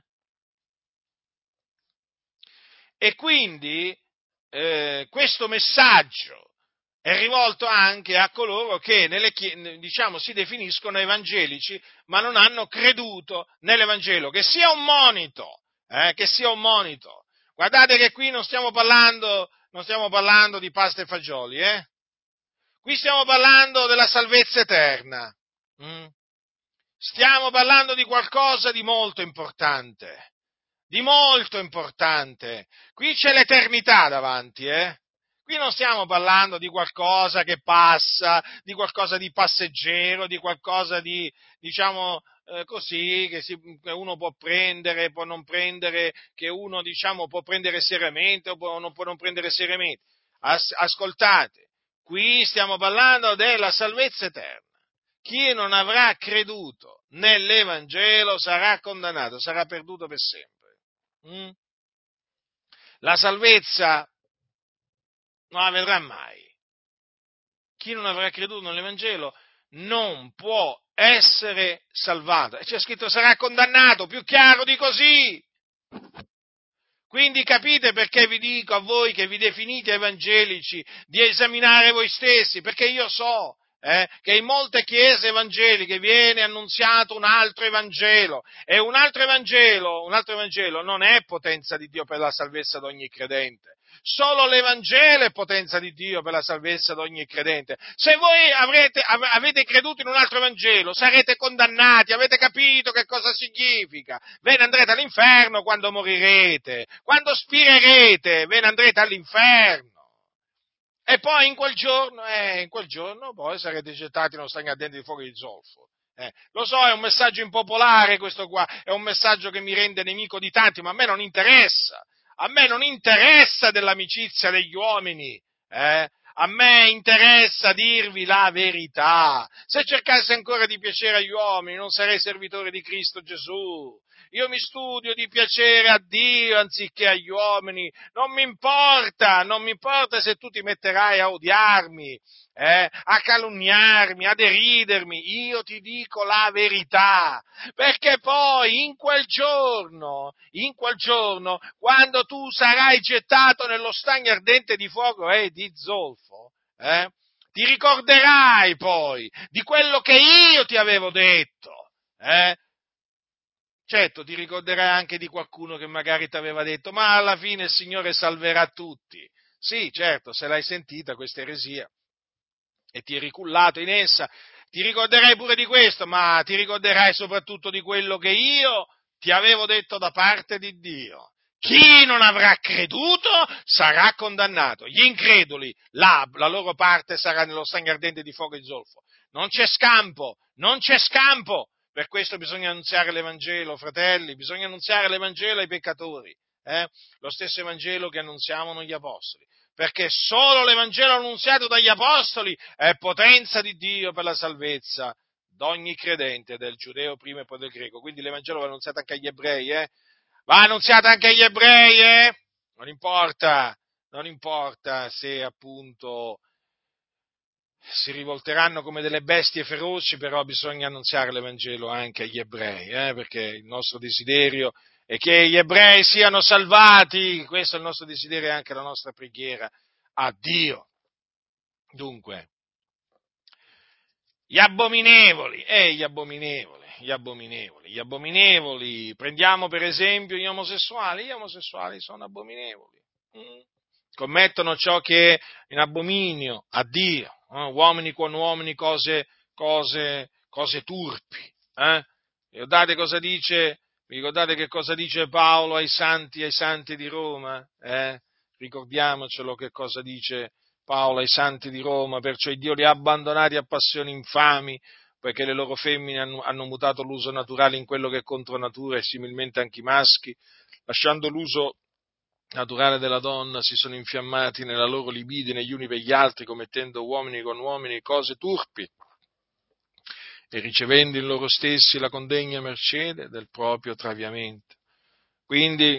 E quindi eh, questo messaggio è rivolto anche a coloro che nelle, diciamo, si definiscono evangelici, ma non hanno creduto nell'Evangelo, che sia un monito, eh, che sia un monito. Guardate che qui non stiamo parlando, non stiamo parlando di pasta e fagioli, eh? Qui stiamo parlando della salvezza eterna. Mm? Stiamo parlando di qualcosa di molto importante. Di molto importante. Qui c'è l'eternità davanti, eh? Qui non stiamo parlando di qualcosa che passa, di qualcosa di passeggero, di qualcosa di, diciamo, eh, così, che, si, che uno può prendere, può non prendere, che uno, diciamo, può prendere seriamente o può, non può non prendere seriamente. As, ascoltate, qui stiamo parlando della salvezza eterna. Chi non avrà creduto nell'Evangelo sarà condannato, sarà perduto per sempre. Mm? La salvezza non la vedrà mai. Chi non avrà creduto nell'Evangelo non può essere salvato. E c'è scritto sarà condannato, più chiaro di così. Quindi capite perché vi dico a voi che vi definite evangelici di esaminare voi stessi, perché io so eh, che in molte chiese evangeliche viene annunziato un altro Evangelo, e un altro Evangelo, un altro Evangelo non è potenza di Dio per la salvezza di ogni credente. Solo l'Evangelo è potenza di Dio per la salvezza di ogni credente. Se voi avrete, av- avete creduto in un altro Vangelo, sarete condannati, avete capito che cosa significa? Ve ne andrete all'inferno quando morirete, quando spirerete, ve ne andrete all'inferno. E poi in quel giorno, eh, in quel giorno poi sarete gettati nello stagno ardente di fuoco di zolfo. Eh, lo so, è un messaggio impopolare questo qua, è un messaggio che mi rende nemico di tanti, ma a me non interessa. A me non interessa dell'amicizia degli uomini, eh? A me interessa dirvi la verità. Se cercassi ancora di piacere agli uomini, non sarei servitore di Cristo Gesù. Io mi studio di piacere a Dio anziché agli uomini. Non mi importa, non mi importa se tu ti metterai a odiarmi, eh, a calunniarmi, a deridermi. Io ti dico la verità. Perché poi in quel giorno, in quel giorno, quando tu sarai gettato nello stagno ardente di fuoco e di zolfo, eh, ti ricorderai poi di quello che io ti avevo detto, eh? Certo, ti ricorderai anche di qualcuno che magari ti aveva detto, ma alla fine il Signore salverà tutti. Sì, certo, se l'hai sentita questa eresia e ti eri cullato in essa, ti ricorderai pure di questo, ma ti ricorderai soprattutto di quello che io ti avevo detto da parte di Dio. Chi non avrà creduto sarà condannato. Gli increduli, là, la loro parte sarà nello stagno ardente di fuoco e zolfo. Non c'è scampo, non c'è scampo. Per questo bisogna annunziare l'Evangelo, fratelli, bisogna annunziare l'Evangelo ai peccatori, eh? Lo stesso Evangelo che annunziavano gli apostoli. Perché solo l'Evangelo annunziato dagli Apostoli è potenza di Dio per la salvezza d'ogni credente, del giudeo prima e poi del greco. Quindi l'Evangelo va annunziato anche agli ebrei, eh? Va annunziato anche agli ebrei, eh? Non importa, non importa se appunto si rivolteranno come delle bestie feroci, però bisogna annunziare l'Evangelo anche agli ebrei, eh? Perché il nostro desiderio è che gli ebrei siano salvati, questo è il nostro desiderio e anche la nostra preghiera a Dio. Dunque, gli abominevoli, eh, gli abominevoli, gli abominevoli, gli abominevoli, prendiamo per esempio gli omosessuali, gli omosessuali sono abominevoli, mm? Commettono ciò che è in abominio a Dio, eh? Uomini con uomini, cose, cose, cose turpi, eh? Ricordate cosa dice, ricordate che cosa dice Paolo ai santi, ai santi di Roma, eh? Ricordiamocelo che cosa dice Paolo ai santi di Roma, perciò Dio li ha abbandonati a passioni infami, poiché le loro femmine hanno, hanno mutato l'uso naturale in quello che è contro natura e similmente anche i maschi, lasciando l'uso naturale della donna, si sono infiammati nella loro libidine gli uni per gli altri, commettendo uomini con uomini cose turpi e ricevendo in loro stessi la condegna mercede del proprio traviamento. Quindi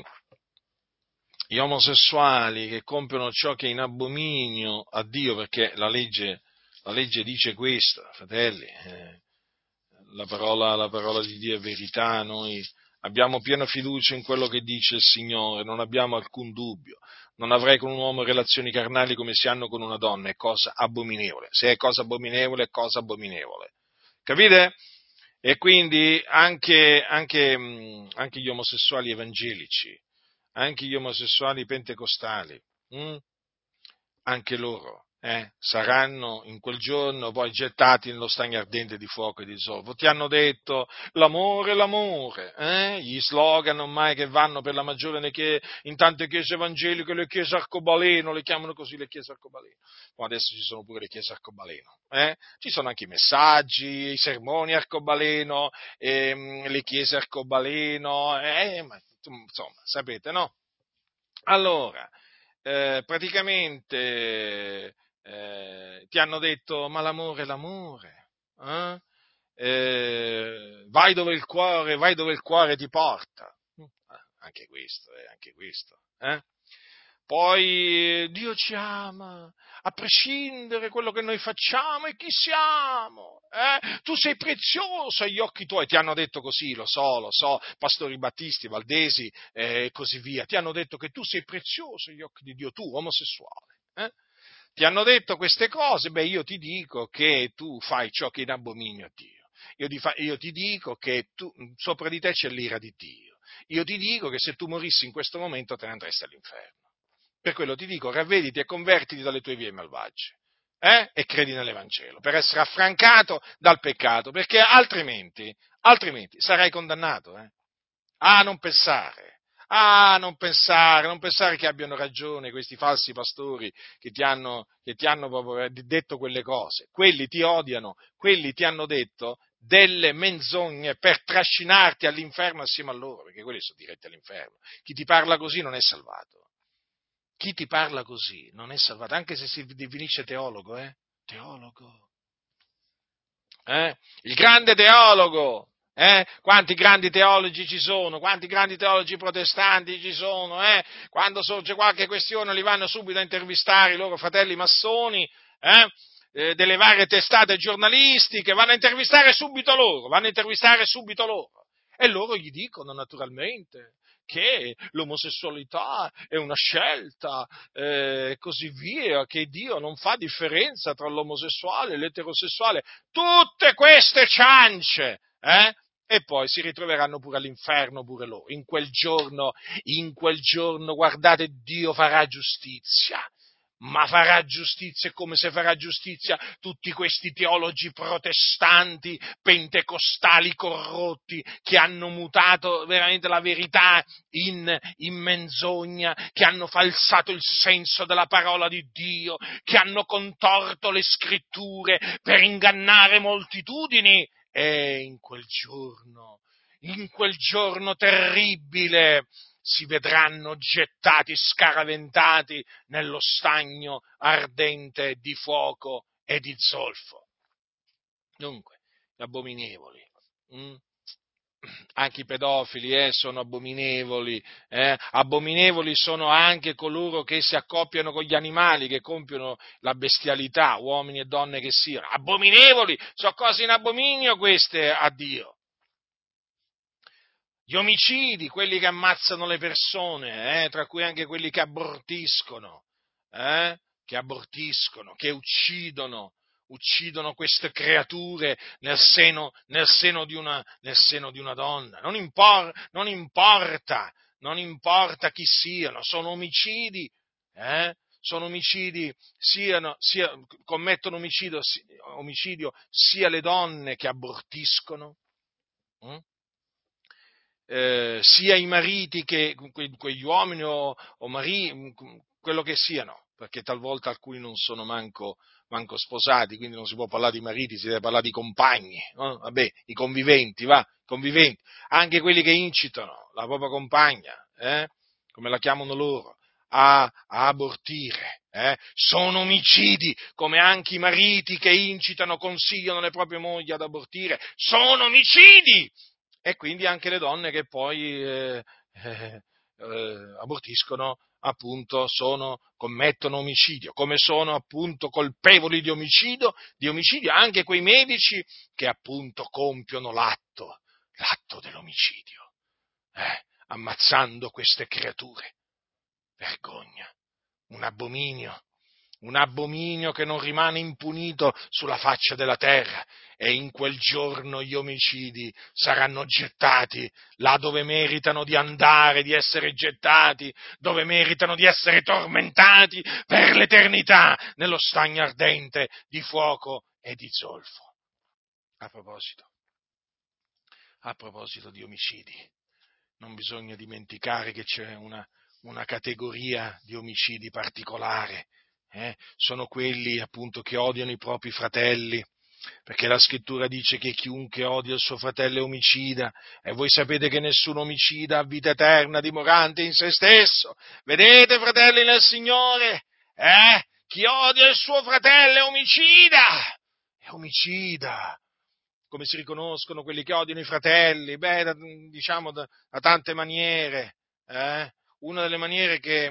gli omosessuali che compiono ciò che è in abominio a Dio, perché la legge, la legge dice questo, fratelli, eh, la, parola, la parola di Dio è verità, noi abbiamo piena fiducia in quello che dice il Signore, non abbiamo alcun dubbio. Non avrai con un uomo relazioni carnali come si hanno con una donna, è cosa abominevole. Se è cosa abominevole, è cosa abominevole. Capite? E quindi anche, anche, anche gli omosessuali evangelici, anche gli omosessuali pentecostali, hm? Anche loro eh, saranno in quel giorno poi gettati nello stagno ardente di fuoco e di zolfo. Ti hanno detto l'amore, l'amore, eh? Gli slogan ormai che vanno per la maggiore nelle chiese, in tante chiese evangeliche, le chiese arcobaleno, le chiamano così le chiese arcobaleno. Ma adesso ci sono pure le chiese arcobaleno, eh? Ci sono anche i messaggi, i sermoni arcobaleno, ehm, le chiese arcobaleno, eh? Ma, insomma, sapete, no? Allora, eh, praticamente eh, ti hanno detto, ma l'amore è l'amore, eh? Eh, vai dove il cuore, vai dove il cuore ti porta. Eh, anche questo, eh, anche questo. Eh? poi Dio ci ama, a prescindere quello che noi facciamo e chi siamo. Eh? Tu sei prezioso agli occhi tuoi, ti hanno detto così, lo so, lo so, pastori Battisti, Valdesi eh, e così via, ti hanno detto che tu sei prezioso agli occhi di Dio, tu omosessuale. Eh? Ti hanno detto queste cose, beh io ti dico che tu fai ciò che è in abominio a Dio. Io ti, fa, io ti dico che tu, sopra di te c'è l'ira di Dio. Io ti dico che se tu morissi in questo momento te ne andresti all'inferno. Per quello ti dico, ravvediti e convertiti dalle tue vie malvagie. Eh? E credi nell'Evangelo, per essere affrancato dal peccato, perché altrimenti, altrimenti sarai condannato. Eh? Ah, non pensare. Ah, non pensare, non pensare che abbiano ragione questi falsi pastori che ti hanno, che ti hanno proprio detto quelle cose. Quelli ti odiano, quelli ti hanno detto delle menzogne per trascinarti all'inferno assieme a loro, perché quelli sono diretti all'inferno. Chi ti parla così non è salvato. Chi ti parla così non è salvato, anche se si definisce teologo, eh? Teologo. Eh? Il grande teologo. Eh? Quanti grandi teologi ci sono? Quanti grandi teologi protestanti ci sono? Eh? Quando sorge qualche questione li vanno subito a intervistare i loro fratelli massoni, eh? Eh, delle varie testate giornalistiche, vanno a intervistare subito loro, vanno a intervistare subito loro. E loro gli dicono naturalmente che l'omosessualità è una scelta e eh, così via, che Dio non fa differenza tra l'omosessuale e l'eterosessuale, tutte queste ciance, eh? E poi si ritroveranno pure all'inferno pure loro. In quel giorno, in quel giorno, guardate, Dio farà giustizia. Ma farà giustizia come se farà giustizia tutti questi teologi protestanti, pentecostali corrotti, che hanno mutato veramente la verità in, in menzogna, che hanno falsato il senso della parola di Dio, che hanno contorto le scritture per ingannare moltitudini. E in quel giorno, in quel giorno terribile, si vedranno gettati, scaraventati nello stagno ardente di fuoco e di zolfo. Dunque, gli abominevoli, hm? Anche i pedofili eh, sono abominevoli, eh? Abominevoli sono anche coloro che si accoppiano con gli animali, che compiono la bestialità, uomini e donne che siano. Abominevoli, sono cose in abominio queste a Dio. Gli omicidi, quelli che ammazzano le persone, eh, tra cui anche quelli che abortiscono, eh, che abortiscono, che uccidono, uccidono queste creature nel seno, nel seno, di, una, nel seno di una donna. Non, impor, non importa, non importa chi siano, sono omicidi, eh, sono omicidi, siano, sia, commettono omicidio, omicidio sia le donne che abortiscono. Hm? Eh, sia i mariti che que, quegli uomini o, o mariti, quello che siano, perché talvolta alcuni non sono manco, manco sposati, quindi non si può parlare di mariti, si deve parlare di compagni, no? Vabbè, i conviventi, va, conviventi, anche quelli che incitano la propria compagna, eh, come la chiamano loro, a, a abortire, eh, sono omicidi, come anche i mariti che incitano, consigliano le proprie mogli ad abortire, sono omicidi! E quindi anche le donne che poi eh, eh, eh, abortiscono, appunto, sono, commettono omicidio, come sono appunto colpevoli di omicidio, di omicidio anche quei medici che appunto compiono l'atto, l'atto dell'omicidio, eh, ammazzando queste creature. Vergogna, un abominio. Un abominio che non rimane impunito sulla faccia della terra, e in quel giorno gli omicidi saranno gettati là dove meritano di andare, di essere gettati, dove meritano di essere tormentati per l'eternità, nello stagno ardente di fuoco e di zolfo. A proposito, a proposito di omicidi, non bisogna dimenticare che c'è una, una categoria di omicidi particolare. Eh, sono quelli appunto che odiano i propri fratelli, perché la scrittura dice che chiunque odia il suo fratello è omicida, e voi sapete che nessun omicida ha vita eterna dimorante in se stesso. Vedete, fratelli nel Signore? Eh? Chi odia il suo fratello è omicida! È omicida! Come si riconoscono quelli che odiano i fratelli? Beh, da, diciamo da, da tante maniere. Eh? Una delle maniere che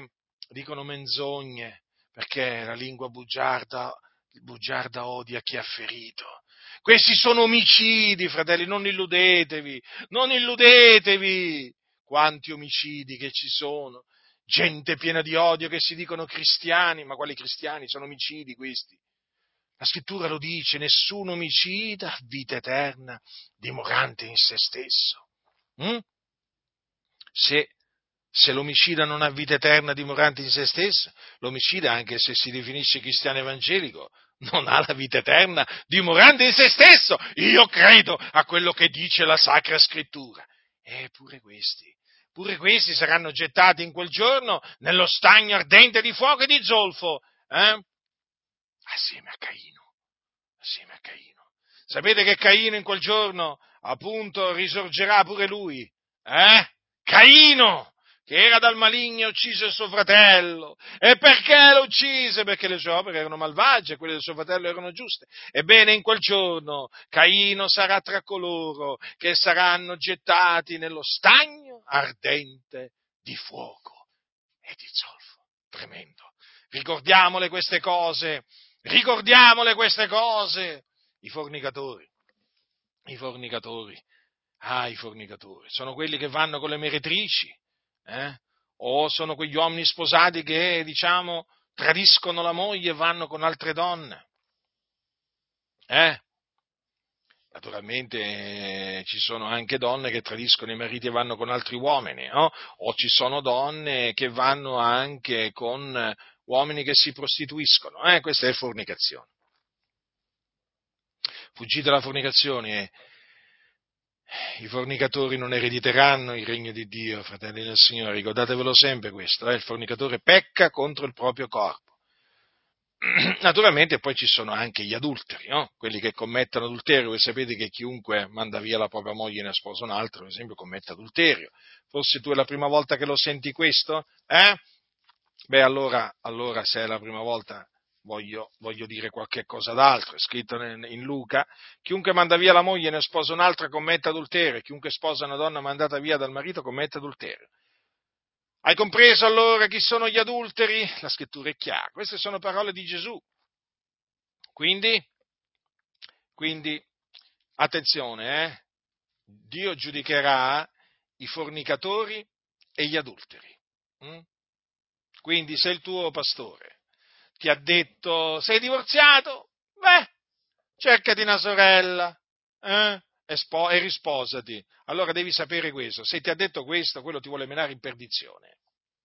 dicono menzogne, perché la lingua bugiarda, bugiarda odia chi ha ferito. Questi sono omicidi, fratelli, non illudetevi, non illudetevi. Quanti omicidi che ci sono, gente piena di odio che si dicono cristiani, ma quali cristiani? Sono omicidi questi. La scrittura lo dice, nessun omicida ha vita eterna, dimorante in se stesso. Mm? Se, se l'omicida non ha vita eterna dimorante in se stesso, l'omicida, anche se si definisce cristiano evangelico, non ha la vita eterna dimorante in se stesso. Io credo a quello che dice la Sacra Scrittura. E pure questi, pure questi saranno gettati in quel giorno nello stagno ardente di fuoco e di zolfo, eh? Assieme a Caino, assieme a Caino. Sapete che Caino in quel giorno, appunto, risorgerà pure lui, eh? Caino! Che era dal maligno, uccise il suo fratello. E perché lo uccise? Perché le sue opere erano malvagie, quelle del suo fratello erano giuste. Ebbene, in quel giorno Caino sarà tra coloro che saranno gettati nello stagno ardente di fuoco e di zolfo. Tremendo. Ricordiamole queste cose, ricordiamole queste cose. I fornicatori, i fornicatori. Ah, i fornicatori, sono quelli che vanno con le meretrici, eh? O sono quegli uomini sposati che, diciamo, tradiscono la moglie e vanno con altre donne, eh? Naturalmente eh, ci sono anche donne che tradiscono i mariti e vanno con altri uomini, no? O ci sono donne che vanno anche con uomini che si prostituiscono, eh? Questa è fornicazione. Fuggite dalla fornicazione. I fornicatori non erediteranno il regno di Dio, fratelli del Signore, ricordatevelo sempre questo, eh? Il fornicatore pecca contro il proprio corpo. Naturalmente poi ci sono anche gli adulteri, no? Quelli che commettono adulterio. Voi sapete che chiunque manda via la propria moglie e ne sposa un altro, per esempio, commette adulterio. Forse tu è la prima volta che lo senti questo? Eh? Beh, allora, allora se è la prima volta voglio, voglio dire qualche cosa d'altro. È scritto in, in Luca: chiunque manda via la moglie e ne sposa un'altra commette adulterio, chiunque sposa una donna mandata via dal marito commette adulterio. Hai compreso allora chi sono gli adulteri? La scrittura è chiara. Queste sono parole di Gesù. Quindi, quindi attenzione, eh? Dio giudicherà i fornicatori e gli adulteri. Mm? Quindi se il tuo pastore ti ha detto sei divorziato, beh, cercati una sorella, eh? E, spo- e risposati. Allora devi sapere questo: se ti ha detto questo, quello ti vuole menare in perdizione.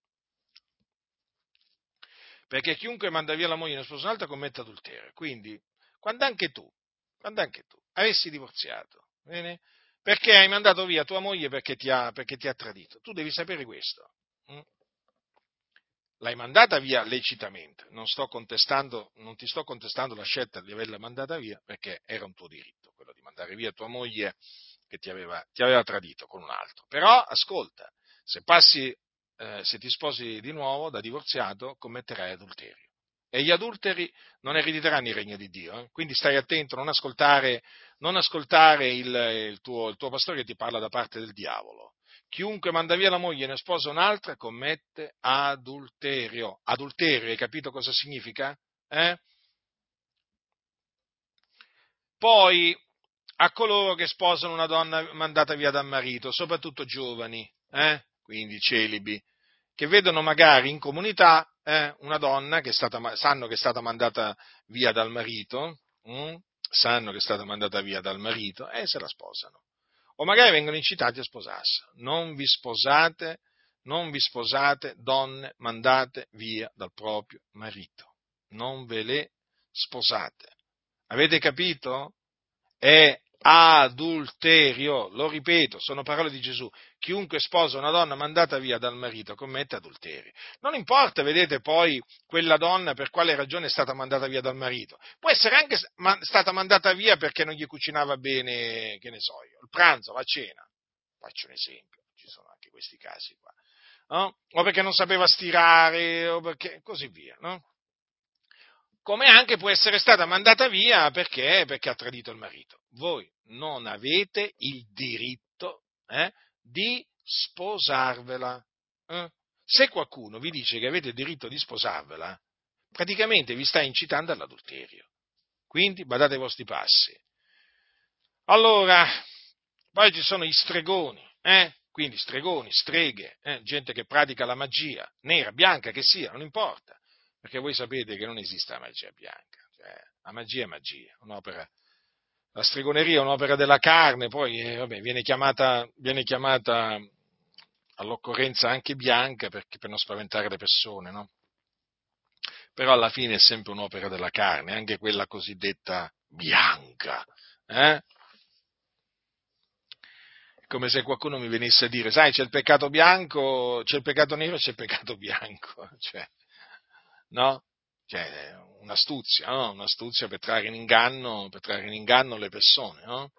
Perché chiunque manda via la moglie e ne sposa un'altra commette adulterio. Quindi, quando anche tu, quando anche tu avessi divorziato, bene? Perché hai mandato via tua moglie perché ti ha, perché ti ha tradito, tu devi sapere questo. Hm? L'hai mandata via lecitamente, non, sto contestando, non ti sto contestando la scelta di averla mandata via, perché era un tuo diritto, quello di mandare via tua moglie che ti aveva, ti aveva tradito con un altro. Però, ascolta, se passi, eh, se ti sposi di nuovo da divorziato, commetterai adulterio. E gli adulteri non erediteranno il regno di Dio, eh? Quindi stai attento, non ascoltare, non ascoltare il, il, tuo, il tuo pastore che ti parla da parte del diavolo. Chiunque manda via la moglie e ne sposa un'altra commette adulterio. Adulterio, hai capito cosa significa? Eh? Poi a coloro che sposano una donna mandata via dal marito, soprattutto giovani, eh? Quindi celibi, che vedono magari in comunità eh, una donna che è stata, sanno che è stata mandata via dal marito, hm? sanno che è stata mandata via dal marito e se la sposano. O magari vengono incitati a sposarsi. Non vi sposate, non vi sposate donne mandate via dal proprio marito. Non ve le sposate. Avete capito? È adulterio, lo ripeto, sono parole di Gesù. Chiunque sposa una donna mandata via dal marito commette adulterio. Non importa, vedete, poi quella donna per quale ragione è stata mandata via dal marito. Può essere anche stata mandata via perché non gli cucinava bene, che ne so io, il pranzo, la cena. Faccio un esempio, ci sono anche questi casi qua. No? O perché non sapeva stirare, o perché così via, no? Come anche può essere stata mandata via perché, perché ha tradito il marito. Voi non avete il diritto eh, di sposarvela. Eh? Se qualcuno vi dice che avete il diritto di sposarvela, praticamente vi sta incitando all'adulterio. Quindi badate ai vostri passi. Allora, poi ci sono gli stregoni, eh? Quindi stregoni, streghe, eh? Gente che pratica la magia, nera, bianca che sia, non importa, perché voi sapete che non esiste la magia bianca, cioè, la magia è magia, un'opera, la stregoneria è un'opera della carne, poi eh, vabbè, viene chiamata, viene chiamata all'occorrenza anche bianca perché, per non spaventare le persone, no? Però alla fine è sempre un'opera della carne, anche quella cosiddetta bianca, eh? Come se qualcuno mi venisse a dire, sai, c'è il peccato bianco, c'è il peccato nero e c'è il peccato bianco, cioè, no? Cioè, un'astuzia, no? Un'astuzia per trarre in inganno, per trarre in inganno le persone, no?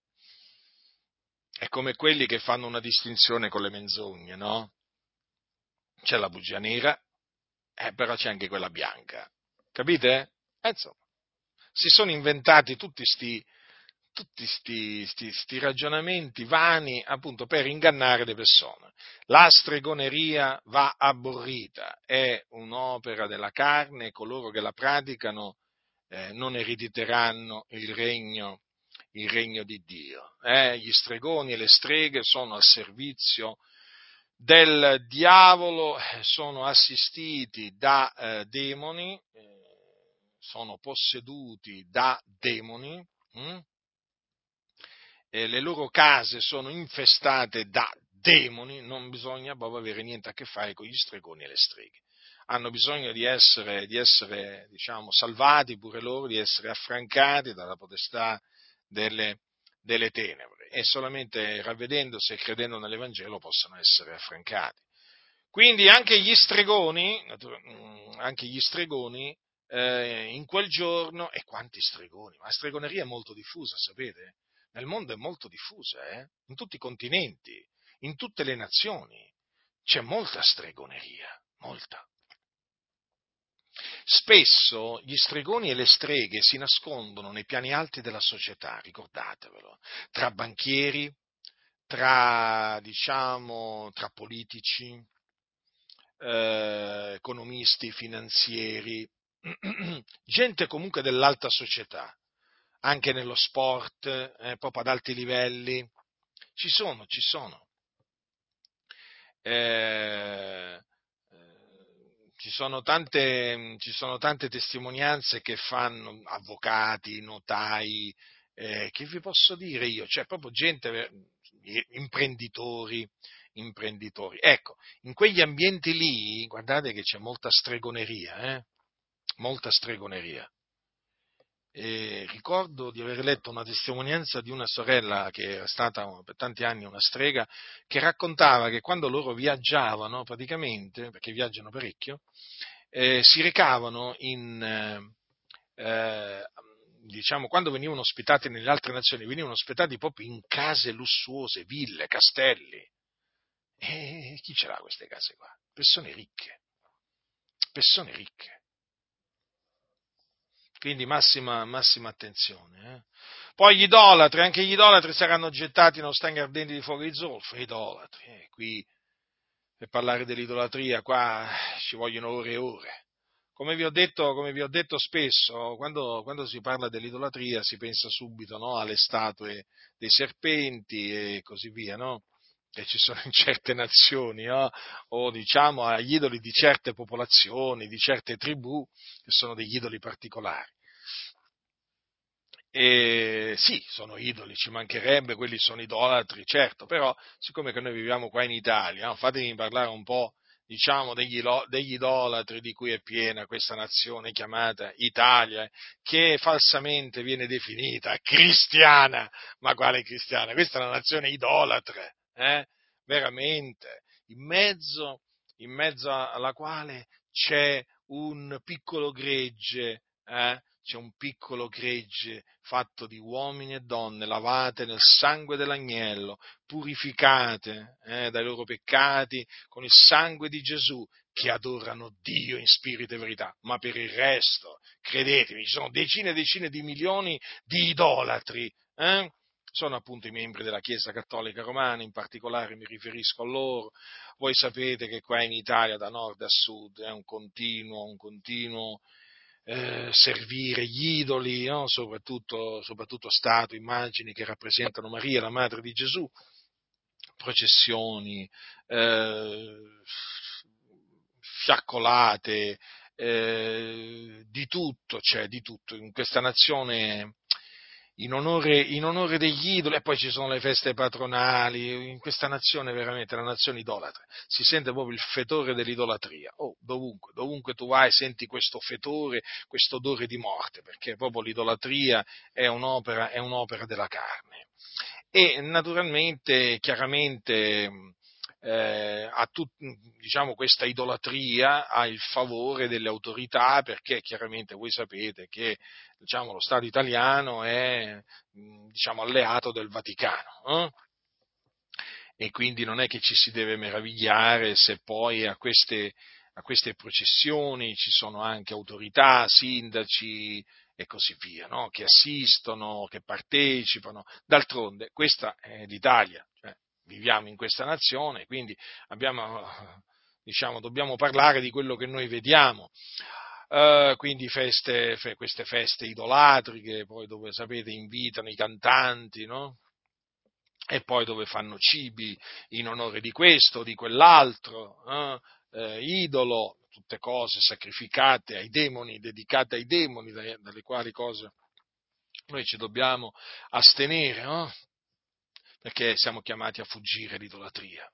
È come quelli che fanno una distinzione con le menzogne, no? C'è la bugia nera, eh, però c'è anche quella bianca, capite? Eh, insomma, si sono inventati tutti sti tutti sti, sti, sti ragionamenti vani appunto per ingannare le persone. La stregoneria va abborrita, è un'opera della carne e coloro che la praticano eh, non erediteranno il regno, il regno di Dio. Eh? Gli stregoni e le streghe sono al servizio del diavolo, sono assistiti da eh, demoni, eh, sono posseduti da demoni, hm? E le loro case sono infestate da demoni, non bisogna proprio avere niente a che fare con gli stregoni e le streghe. Hanno bisogno di essere, di essere diciamo, salvati pure loro, di essere affrancati dalla potestà delle, delle tenebre e solamente ravvedendosi e credendo nell'Evangelo possono essere affrancati. Quindi anche gli stregoni, anche gli stregoni eh, in quel giorno, e quanti stregoni, ma la stregoneria è molto diffusa, sapete? Nel mondo è molto diffusa, eh? In tutti i continenti, in tutte le nazioni, c'è molta stregoneria, molta. Spesso gli stregoni e le streghe si nascondono nei piani alti della società, ricordatevelo, tra banchieri, tra, diciamo, tra politici, eh, economisti, finanzieri, gente comunque dell'alta società, anche nello sport, eh, proprio ad alti livelli, ci sono, ci sono. Eh, Ci sono, tante, ci sono tante testimonianze che fanno avvocati, notai, eh, che vi posso dire io, cioè proprio gente, eh, imprenditori, imprenditori. Ecco, in quegli ambienti lì, guardate che c'è molta stregoneria, eh? Molta stregoneria. E ricordo di aver letto una testimonianza di una sorella che era stata per tanti anni una strega, che raccontava che quando loro viaggiavano, praticamente, perché viaggiano parecchio, eh, si recavano in, eh, eh, diciamo, quando venivano ospitati nelle altre nazioni, venivano ospitati proprio in case lussuose, ville, castelli. E chi ce l'ha queste case qua? Persone ricche, persone ricche. Quindi massima, massima attenzione. Eh. Poi gli idolatri, anche gli idolatri saranno gettati nello stagno ardente di fuoco di zolfo. Idolatri, eh. Qui per parlare dell'idolatria qua ci vogliono ore e ore. Come vi ho detto, come vi ho detto spesso, quando, quando si parla dell'idolatria si pensa subito, no, alle statue dei serpenti e così via, no? Che ci sono in certe nazioni, no? O diciamo agli idoli di certe popolazioni, di certe tribù, che sono degli idoli particolari. E sì, sono idoli, ci mancherebbe, quelli sono idolatri, certo, però siccome che noi viviamo qua in Italia, no, fatemi parlare un po', diciamo, degli, degli idolatri di cui è piena questa nazione chiamata Italia, che falsamente viene definita cristiana, ma quale cristiana? Questa è una nazione idolatra, eh? Veramente, in mezzo, in mezzo alla quale c'è un piccolo gregge, eh? C'è un piccolo gregge fatto di uomini e donne lavate nel sangue dell'agnello, purificate eh, dai loro peccati con il sangue di Gesù, che adorano Dio in spirito e verità. Ma per il resto, credetemi, ci sono decine e decine di milioni di idolatri, eh, sono appunto i membri della Chiesa Cattolica Romana, in particolare mi riferisco a loro. Voi sapete che qua in Italia, da nord a sud, è un continuo, un continuo eh, servire gli idoli, no? soprattutto, soprattutto statue, immagini che rappresentano Maria, la madre di Gesù, processioni, eh, fiaccolate, eh, di tutto, c'è di tutto in questa nazione in onore, in onore degli idoli, e poi ci sono le feste patronali, in questa nazione veramente, la nazione idolatra, si sente proprio il fetore dell'idolatria, oh, dovunque, dovunque tu vai senti questo fetore, questo odore di morte, perché proprio l'idolatria è un'opera, è un'opera della carne. E naturalmente, chiaramente, eh, a tut, diciamo, questa idolatria ha il favore delle autorità, perché chiaramente voi sapete che, diciamo, lo Stato italiano è, diciamo, alleato del Vaticano, eh? E quindi non è che ci si deve meravigliare se poi a queste, a queste processioni ci sono anche autorità, sindaci e così via, no? Che assistono, che partecipano. D'altronde questa è l'Italia, cioè, viviamo in questa nazione, quindi abbiamo, diciamo, dobbiamo parlare di quello che noi vediamo. Uh, quindi feste, fe, queste feste idolatriche, poi dove, sapete, invitano i cantanti, no? E poi dove fanno cibi in onore di questo, di quell'altro, eh? Eh, idolo, tutte cose sacrificate ai demoni, dedicate ai demoni, dalle quali cose noi ci dobbiamo astenere, no? Perché siamo chiamati a fuggire l'idolatria.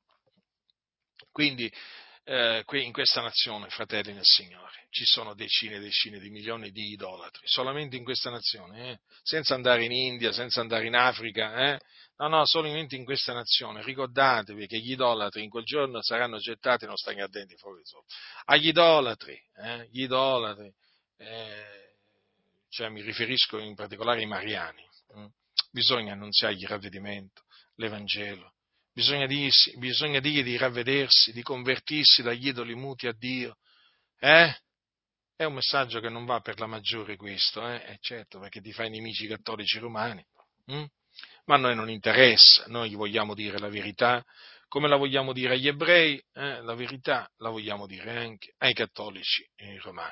Quindi eh, qui in questa nazione, fratelli nel Signore, ci sono decine e decine di milioni di idolatri, solamente in questa nazione, eh? Senza andare in India, senza andare in Africa, eh? No, no, solamente in questa nazione. Ricordatevi che gli idolatri in quel giorno saranno gettati non stagni ardenti fuori sopra. Agli idolatri, eh? Gli idolatri, eh? Cioè mi riferisco in particolare ai mariani, eh? Bisogna annunziargli il ravvedimento, l'Evangelo. Bisogna dirgli, bisogna dirgli di ravvedersi, di convertirsi dagli idoli muti a Dio. Eh? È un messaggio che non va per la maggiore questo, eh? Eh certo, perché ti fai nemici cattolici romani. Hm? Ma a noi non interessa, noi gli vogliamo dire la verità, come la vogliamo dire agli ebrei, eh? La verità la vogliamo dire anche ai cattolici romani.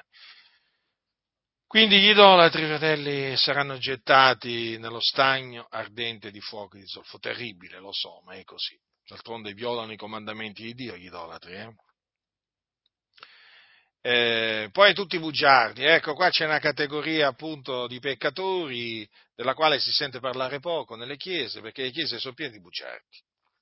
Quindi gli idolatri, fratelli, saranno gettati nello stagno ardente di fuoco e di zolfo. Terribile, lo so, ma è così. D'altronde violano i comandamenti di Dio gli idolatri. Eh? Eh, poi tutti i bugiardi. Ecco, qua c'è una categoria appunto di peccatori della quale si sente parlare poco nelle chiese, perché le chiese sono piene di bugiardi.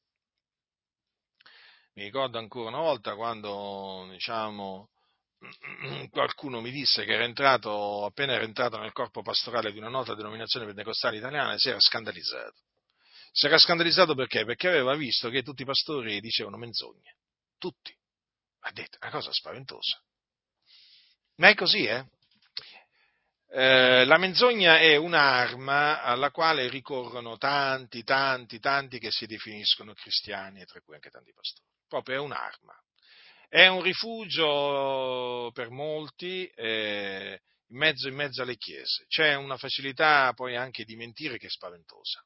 Mi ricordo ancora una volta quando, diciamo, qualcuno mi disse che era entrato, appena era entrato nel corpo pastorale di una nota denominazione pentecostale italiana, e si era scandalizzato. Si era scandalizzato perché? Perché aveva visto che tutti i pastori dicevano menzogne. Tutti. Ha detto, è una cosa spaventosa. Ma è così, eh? Eh, la menzogna è un'arma alla quale ricorrono tanti, tanti, tanti che si definiscono cristiani, e tra cui anche tanti pastori. Proprio è un'arma. È un rifugio per molti eh, in, mezzo, in mezzo alle chiese. C'è una facilità poi anche di mentire che è spaventosa.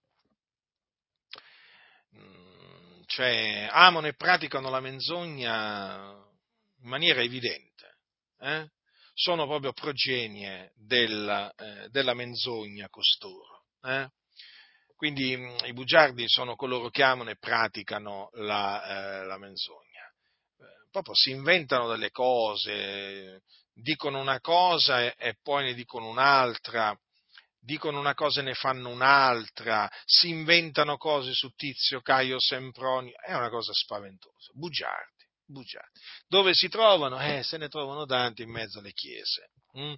Mm, cioè, amano e praticano la menzogna in maniera evidente. Eh? Sono proprio progenie della, eh, della menzogna costoro. Eh? Quindi mh, i bugiardi sono coloro che amano e praticano la, eh, la menzogna. Eh, proprio si inventano delle cose, dicono una cosa e, e poi ne dicono un'altra, dicono una cosa e ne fanno un'altra, si inventano cose su Tizio, Caio, Sempronio, è una cosa spaventosa. Bugiardi. Bugiardi. Dove si trovano? Eh, se ne trovano tanti in mezzo alle chiese. Mm?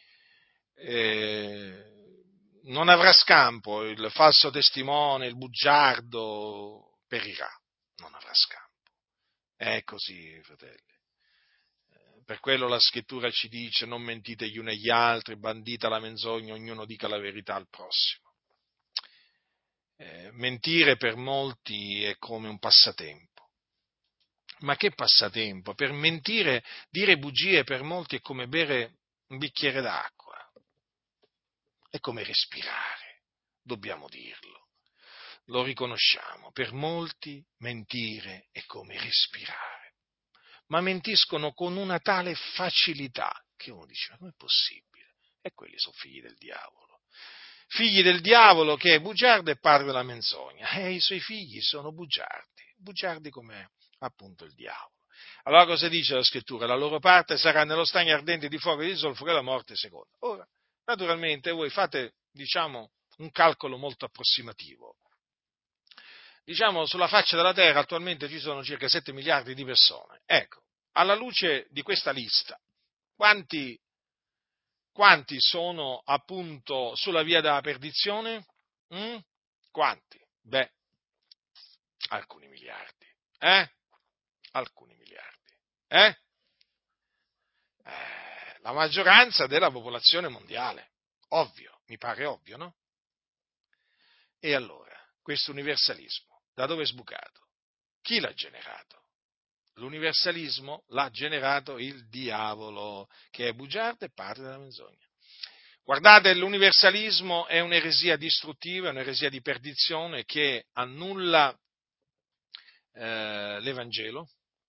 Eh, non avrà scampo, il falso testimone, il bugiardo perirà, non avrà scampo. È così, fratelli. Per quello la scrittura ci dice: non mentite gli uni agli altri, bandita la menzogna, ognuno dica la verità al prossimo. Eh, mentire per molti è come un passatempo. Ma che passatempo? Per mentire, dire bugie per molti è come bere un bicchiere d'acqua, è come respirare, dobbiamo dirlo. lo riconosciamo, per molti mentire è come respirare, ma mentiscono con una tale facilità che uno dice, ma com'è possibile? E quelli sono figli del diavolo. Figli del diavolo che è bugiardo e padre della menzogna, e i suoi figli sono bugiardi, bugiardi come appunto il diavolo. Allora cosa dice la scrittura? La loro parte sarà nello stagno ardente di fuoco e di zolfo, che è la morte seconda. Ora, naturalmente voi fate, diciamo, un calcolo molto approssimativo. Diciamo, sulla faccia della terra attualmente ci sono circa sette miliardi di persone. Ecco, alla luce di questa lista, quanti, quanti sono appunto sulla via della perdizione? Mm? Quanti? Beh, alcuni miliardi. Eh? Alcuni miliardi. Eh? Eh, la maggioranza della popolazione mondiale. Ovvio, mi pare ovvio, no? E allora, questo universalismo, da dove è sbucato? Chi l'ha generato? L'universalismo l'ha generato il diavolo, che è bugiardo e padre della menzogna. Guardate, l'universalismo è un'eresia distruttiva, è un'eresia di perdizione che annulla eh, l'Evangelo,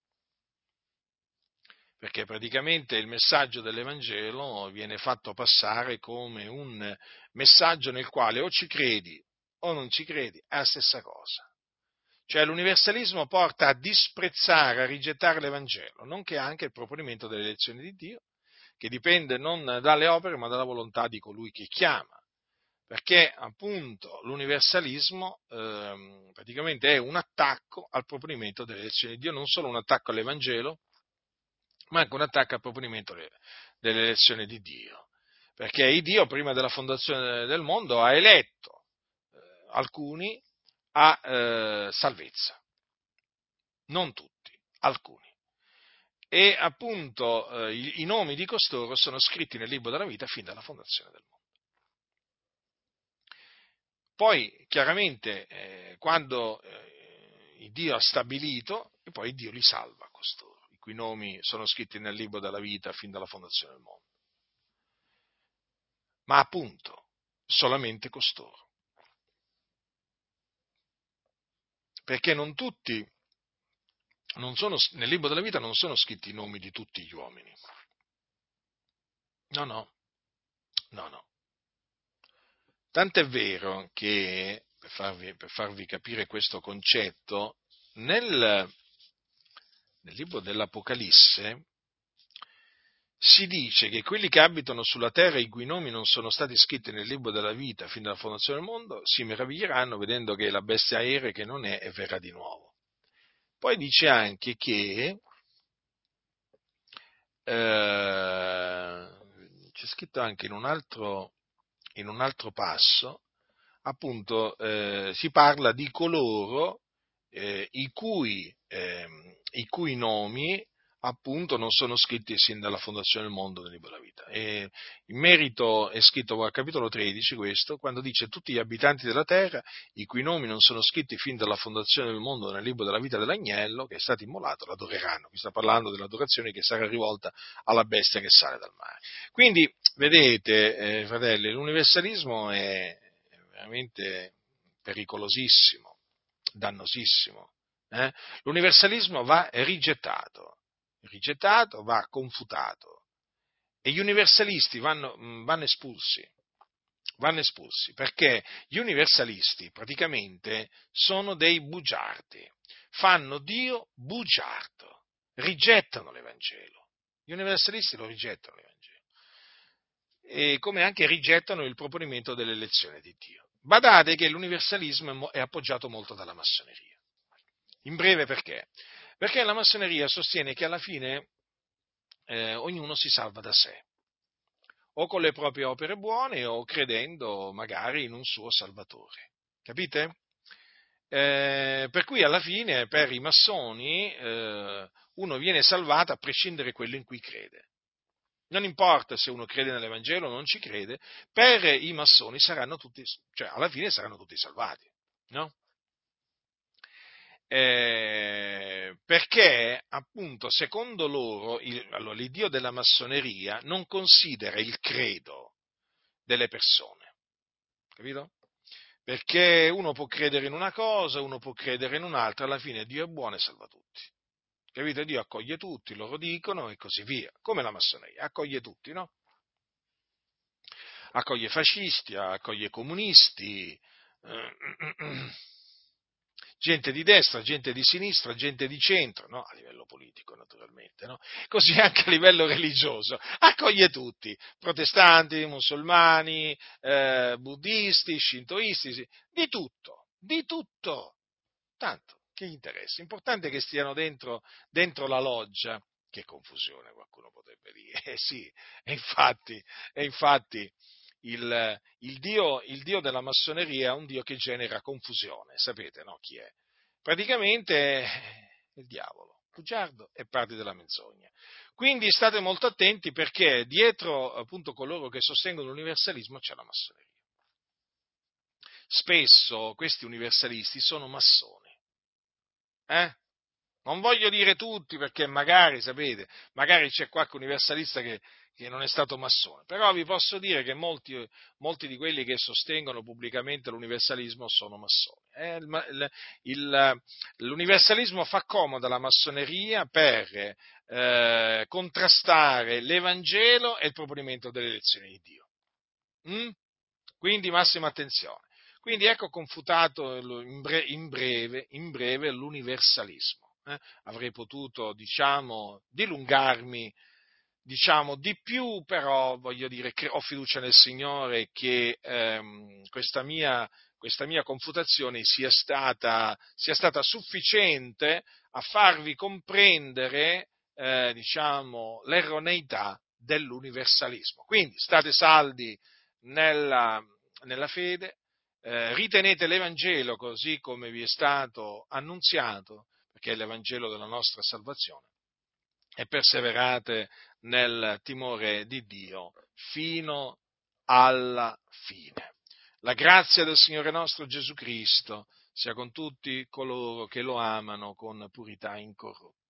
perché praticamente il messaggio dell'Evangelo viene fatto passare come un messaggio nel quale o ci credi o non ci credi, è la stessa cosa. Cioè l'universalismo porta a disprezzare, a rigettare l'Evangelo, nonché anche il proponimento delle elezioni di Dio, che dipende non dalle opere ma dalla volontà di colui che chiama. Perché appunto l'universalismo ehm, praticamente è un attacco al proponimento delle elezioni di Dio, non solo un attacco all'Evangelo, ma anche un attacco al proponimento delle elezioni di Dio. Perché il Dio prima della fondazione del mondo ha eletto eh, alcuni a eh, salvezza, non tutti, alcuni. E appunto eh, i, i nomi di costoro sono scritti nel libro della vita fin dalla fondazione del mondo. Poi chiaramente eh, quando eh, Dio ha stabilito, e poi Dio li salva costoro, i cui nomi sono scritti nel libro della vita fin dalla fondazione del mondo. Ma appunto solamente costoro. Perché non tutti, non sono, nel libro della vita non sono scritti i nomi di tutti gli uomini. No, no, no, no. Tant'è vero che, per farvi, per farvi capire questo concetto, nel, nel libro dell'Apocalisse si dice che quelli che abitano sulla terra, i cui nomi non sono stati scritti nel libro della vita fin dalla fondazione del mondo, si meraviglieranno vedendo che la bestia aerea che non è e verrà di nuovo. Poi dice anche che eh, c'è scritto anche in un altro, in un altro passo, appunto, eh, si parla di coloro eh, i, cui, eh, i cui nomi appunto non sono scritti sin dalla fondazione del mondo nel libro della vita. E in merito è scritto al capitolo tredici questo, quando dice tutti gli abitanti della terra, i cui nomi non sono scritti fin dalla fondazione del mondo nel libro della vita dell'agnello, che è stato immolato, l'adoreranno. Qui sta parlando dell'adorazione che sarà rivolta alla bestia che sale dal mare. Quindi, vedete, eh, fratelli, l'universalismo è veramente pericolosissimo, dannosissimo. Eh? L'universalismo va rigettato, rigettato, va confutato e gli universalisti vanno, vanno espulsi, vanno espulsi perché gli universalisti praticamente sono dei bugiardi, fanno Dio bugiardo, rigettano l'Evangelo, gli universalisti lo rigettano l'Evangelo. E come anche rigettano il proponimento dell'elezione di Dio. Badate che l'universalismo è appoggiato molto dalla massoneria. In breve perché? Perché la massoneria sostiene che alla fine eh, ognuno si salva da sé, o con le proprie opere buone o credendo magari in un suo salvatore. Capite? Eh, per cui alla fine per i massoni eh, uno viene salvato a prescindere da quello in cui crede. Non importa se uno crede nell'Evangelo o non ci crede, per i massoni saranno tutti, cioè alla fine saranno tutti salvati, no? Eh, perché appunto secondo loro il, allora, l'Iddio della massoneria non considera il credo delle persone, capito? perché uno può credere in una cosa, uno può credere in un'altra, alla fine Dio è buono e salva tutti. Capite? Dio accoglie tutti, loro dicono, e così via. Come la massoneria, accoglie tutti, no? Accoglie fascisti, accoglie comunisti, eh, gente di destra, gente di sinistra, gente di centro, no? A livello politico naturalmente, no? Così anche a livello religioso, accoglie tutti, protestanti, musulmani, eh, buddisti, shintoisti, sì, di tutto, di tutto, tanto, che gli interessa? L'importante è che stiano dentro, dentro la loggia. Che confusione, qualcuno potrebbe dire. Eh sì, e infatti, e infatti il, il Dio, il Dio della massoneria è un Dio che genera confusione, sapete, no? Chi è? Praticamente è il diavolo, bugiardo e parte della menzogna. Quindi state molto attenti, perché dietro appunto coloro che sostengono l'universalismo c'è la massoneria. Spesso questi universalisti sono massoni, eh? Non voglio dire tutti, perché magari, sapete, magari c'è qualche universalista che, che non è stato massone, però vi posso dire che molti, molti di quelli che sostengono pubblicamente l'universalismo sono massoni. Eh, il, il, il, l'universalismo fa comodo alla massoneria per eh, contrastare l'Evangelo e il proponimento delle elezioni di Dio. Mm? Quindi massima attenzione. Quindi ecco confutato in breve, in breve, in breve l'universalismo. Eh? Avrei potuto, diciamo, dilungarmi, diciamo, di più, però voglio dire che ho fiducia nel Signore che ehm, questa mia, questa mia confutazione sia stata, sia stata sufficiente a farvi comprendere, eh, diciamo, l'erroneità dell'universalismo. Quindi state saldi nella, nella fede, eh, ritenete l'Evangelo così come vi è stato annunziato, perché è l'Evangelo della nostra salvazione, e perseverate nel timore di Dio fino alla fine. La grazia del Signore nostro Gesù Cristo sia con tutti coloro che lo amano con purità incorrotta.